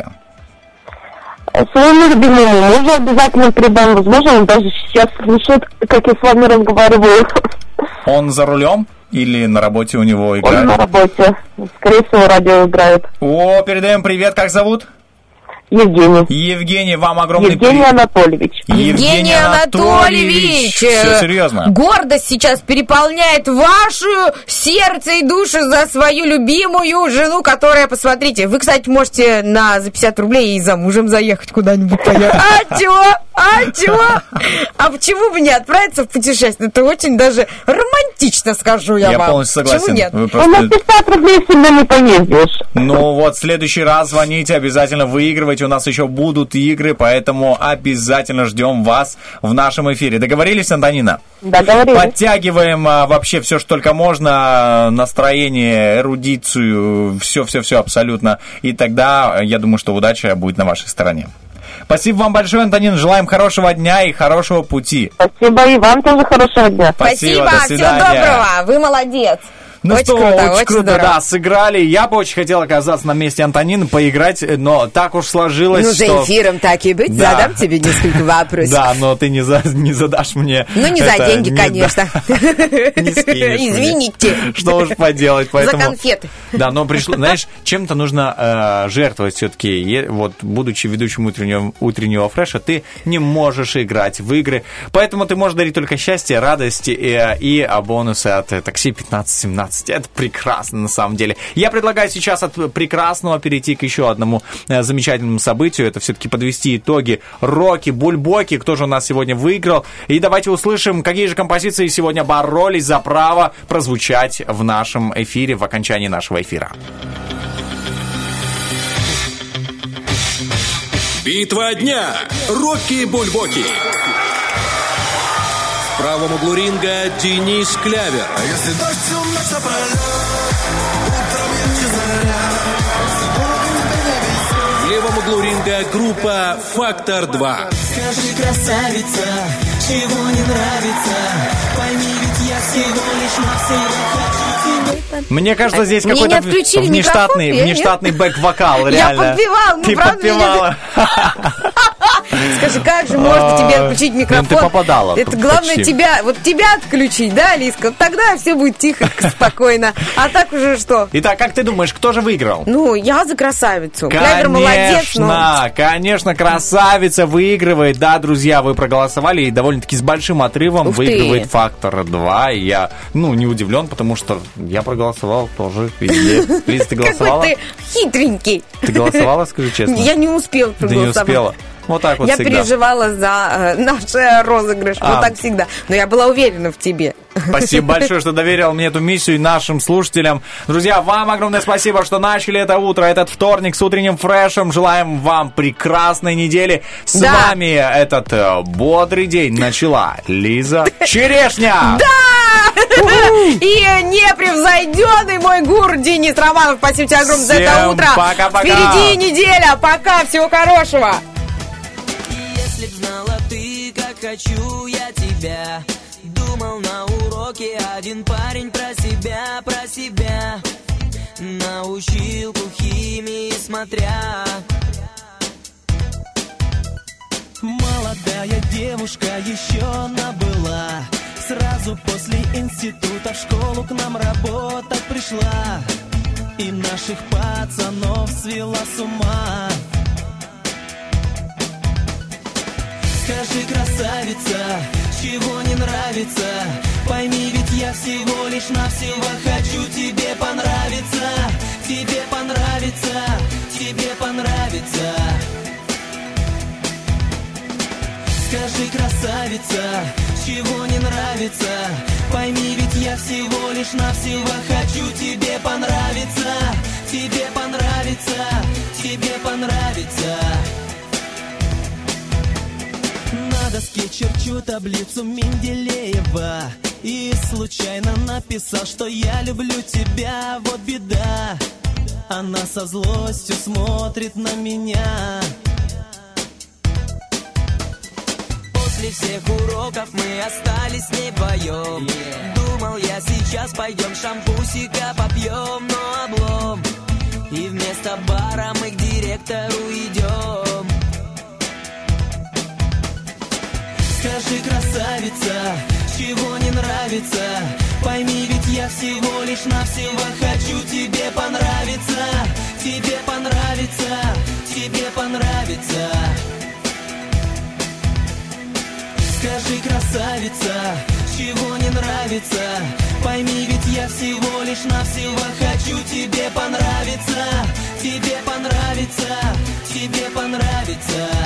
K: Своему любимому мужу обязательно передам. Возможно, он даже сейчас слушает, как я с вами разговариваю.
L: Он за рулем или на работе у него играет?
K: Он на работе. Скорее всего, радио играет.
L: О, передаем привет. Как зовут?
K: Евгений.
L: Евгений, вам огромный
K: Евгений Анатольевич.
C: Евгений Анатольевич!
L: Все серьезно.
C: Гордость сейчас переполняет ваше сердце и душу за свою любимую жену, которая, посмотрите, вы, кстати, можете за 50 рублей и за мужем заехать куда-нибудь поехать. А чего? А почему бы не отправиться в путешествие? Это очень даже романтично, скажу я вам.
L: Я полностью согласен.
C: Почему нет?
K: Просто... На 50 рублей всегда не поездишь.
L: Ну вот, в следующий раз звоните, обязательно выигрывайте. У нас еще будут игры, поэтому обязательно ждем вас в нашем эфире. Договорились, Антонина?
K: Договорились.
L: Подтягиваем вообще все, что только можно, настроение, эрудицию, все абсолютно. И тогда, я думаю, что удача будет на вашей стороне. Спасибо вам большое, Антонин. Желаем хорошего дня и хорошего пути.
K: Спасибо, и вам тоже хорошего дня.
C: Спасибо, всего доброго. Вы молодец.
L: Ну
C: очень
L: что,
C: круто,
L: очень круто,
C: здорово.
L: да, сыграли. Я бы очень хотел оказаться на месте Антонины, поиграть, но так уж сложилось,
C: ну,
L: что...
C: за эфиром так и быть,
L: да.
C: Задам тебе несколько вопросов.
L: Да, но ты не задашь мне...
C: Ну, не за деньги, конечно.
L: Не скинешь мне.
C: Извините.
L: Что уж поделать, поэтому...
C: За конфеты.
L: Да, но пришло, знаешь, чем-то нужно жертвовать все-таки. Вот, будучи ведущим утреннего фреша, ты не можешь играть в игры, поэтому ты можешь дарить только счастье, радость и бонусы от такси 1517. Это прекрасно. На самом деле. Я предлагаю сейчас от прекрасного перейти к еще одному замечательному событию. Это все-таки подвести итоги Роки, Бульбоки. Кто же у нас сегодня выиграл? И давайте услышим, какие же композиции сегодня боролись за право прозвучать в нашем эфире, в окончании нашего эфира.
J: Битва дня. Рокки Бульбоки. В правом углу ринга Денис Клявер.
D: А если дождь ночь напролёт, утром ярче заря.
J: В левом углу ринга группа «Фактор 2».
G: Скажи, красавица, чего не нравится? Пойми, ведь я всего лишь навсегда хочу тебе.
L: Мне кажется, здесь какой-то внештатный бэк-вокал, реально.
C: Я подпевал,
L: ты подпевала.
C: Скажи, как же можно тебе отключить микрофон?
L: Ты попадала.
C: Это главное тебя отключить, да, Алиска? Тогда все будет тихо, спокойно. А так уже что?
L: Итак, как ты думаешь, кто же выиграл?
C: Ну, я за красавицу. Клявер молодец, но...
L: Конечно, красавица выигрывает. Да, друзья, вы проголосовали и довольно-таки с большим отрывом выигрывает «Фактор 2». И я, не удивлен, потому что я проголосовал тоже везде. Лиза, ты голосовала?
C: Какой ты хитренький.
L: Ты голосовала, скажи честно?
C: Я не успела проголосовать.
L: Ты не успела? Вот так вот
C: я
L: всегда.
C: переживала за наш розыгрыш. Вот так всегда. Но я была уверена в тебе.
L: Спасибо большое, что доверил мне эту миссию и нашим слушателям. Друзья, вам огромное спасибо, что начали это утро, этот вторник с утренним фрешем. Желаем вам прекрасной недели. С вами этот бодрый день начала Лиза Черешня.
C: Да! И непревзойденный мой гур Денис Романов. Спасибо тебе огромное за это утро.
L: Пока-пока.
C: Впереди неделя. Пока. Всего хорошего.
A: Если б знала ты, как хочу я тебя. Думал на уроке один парень про себя на училку химии смотря. Молодая девушка еще набыла. Сразу после института в школу к нам работать пришла. и наших пацанов свела с ума. Скажи, красавица, чего не нравится? Пойми, ведь я всего лишь навсего хочу тебе понравиться. Тебе понравится, тебе понравится. Скажи, красавица, чего не нравится? Пойми, ведь я всего лишь навсего хочу тебе понравиться. Тебе понравится, тебе понравится. На доске черчу таблицу Менделеева и случайно написал, что я люблю тебя, вот беда. Она со злостью смотрит на меня. После всех уроков мы остались с ней вдвоем. Думал я, сейчас пойдем шампусика попьем, но облом. И вместо бара мы к директору идем. Скажи, красавица, чего не нравится? Пойми, ведь я всего лишь навсего хочу тебе понравиться. Тебе понравится, тебе понравится. Скажи, красавица, чего не нравится? Пойми, ведь я всего лишь навсего хочу тебе понравиться. Тебе понравится, тебе понравится.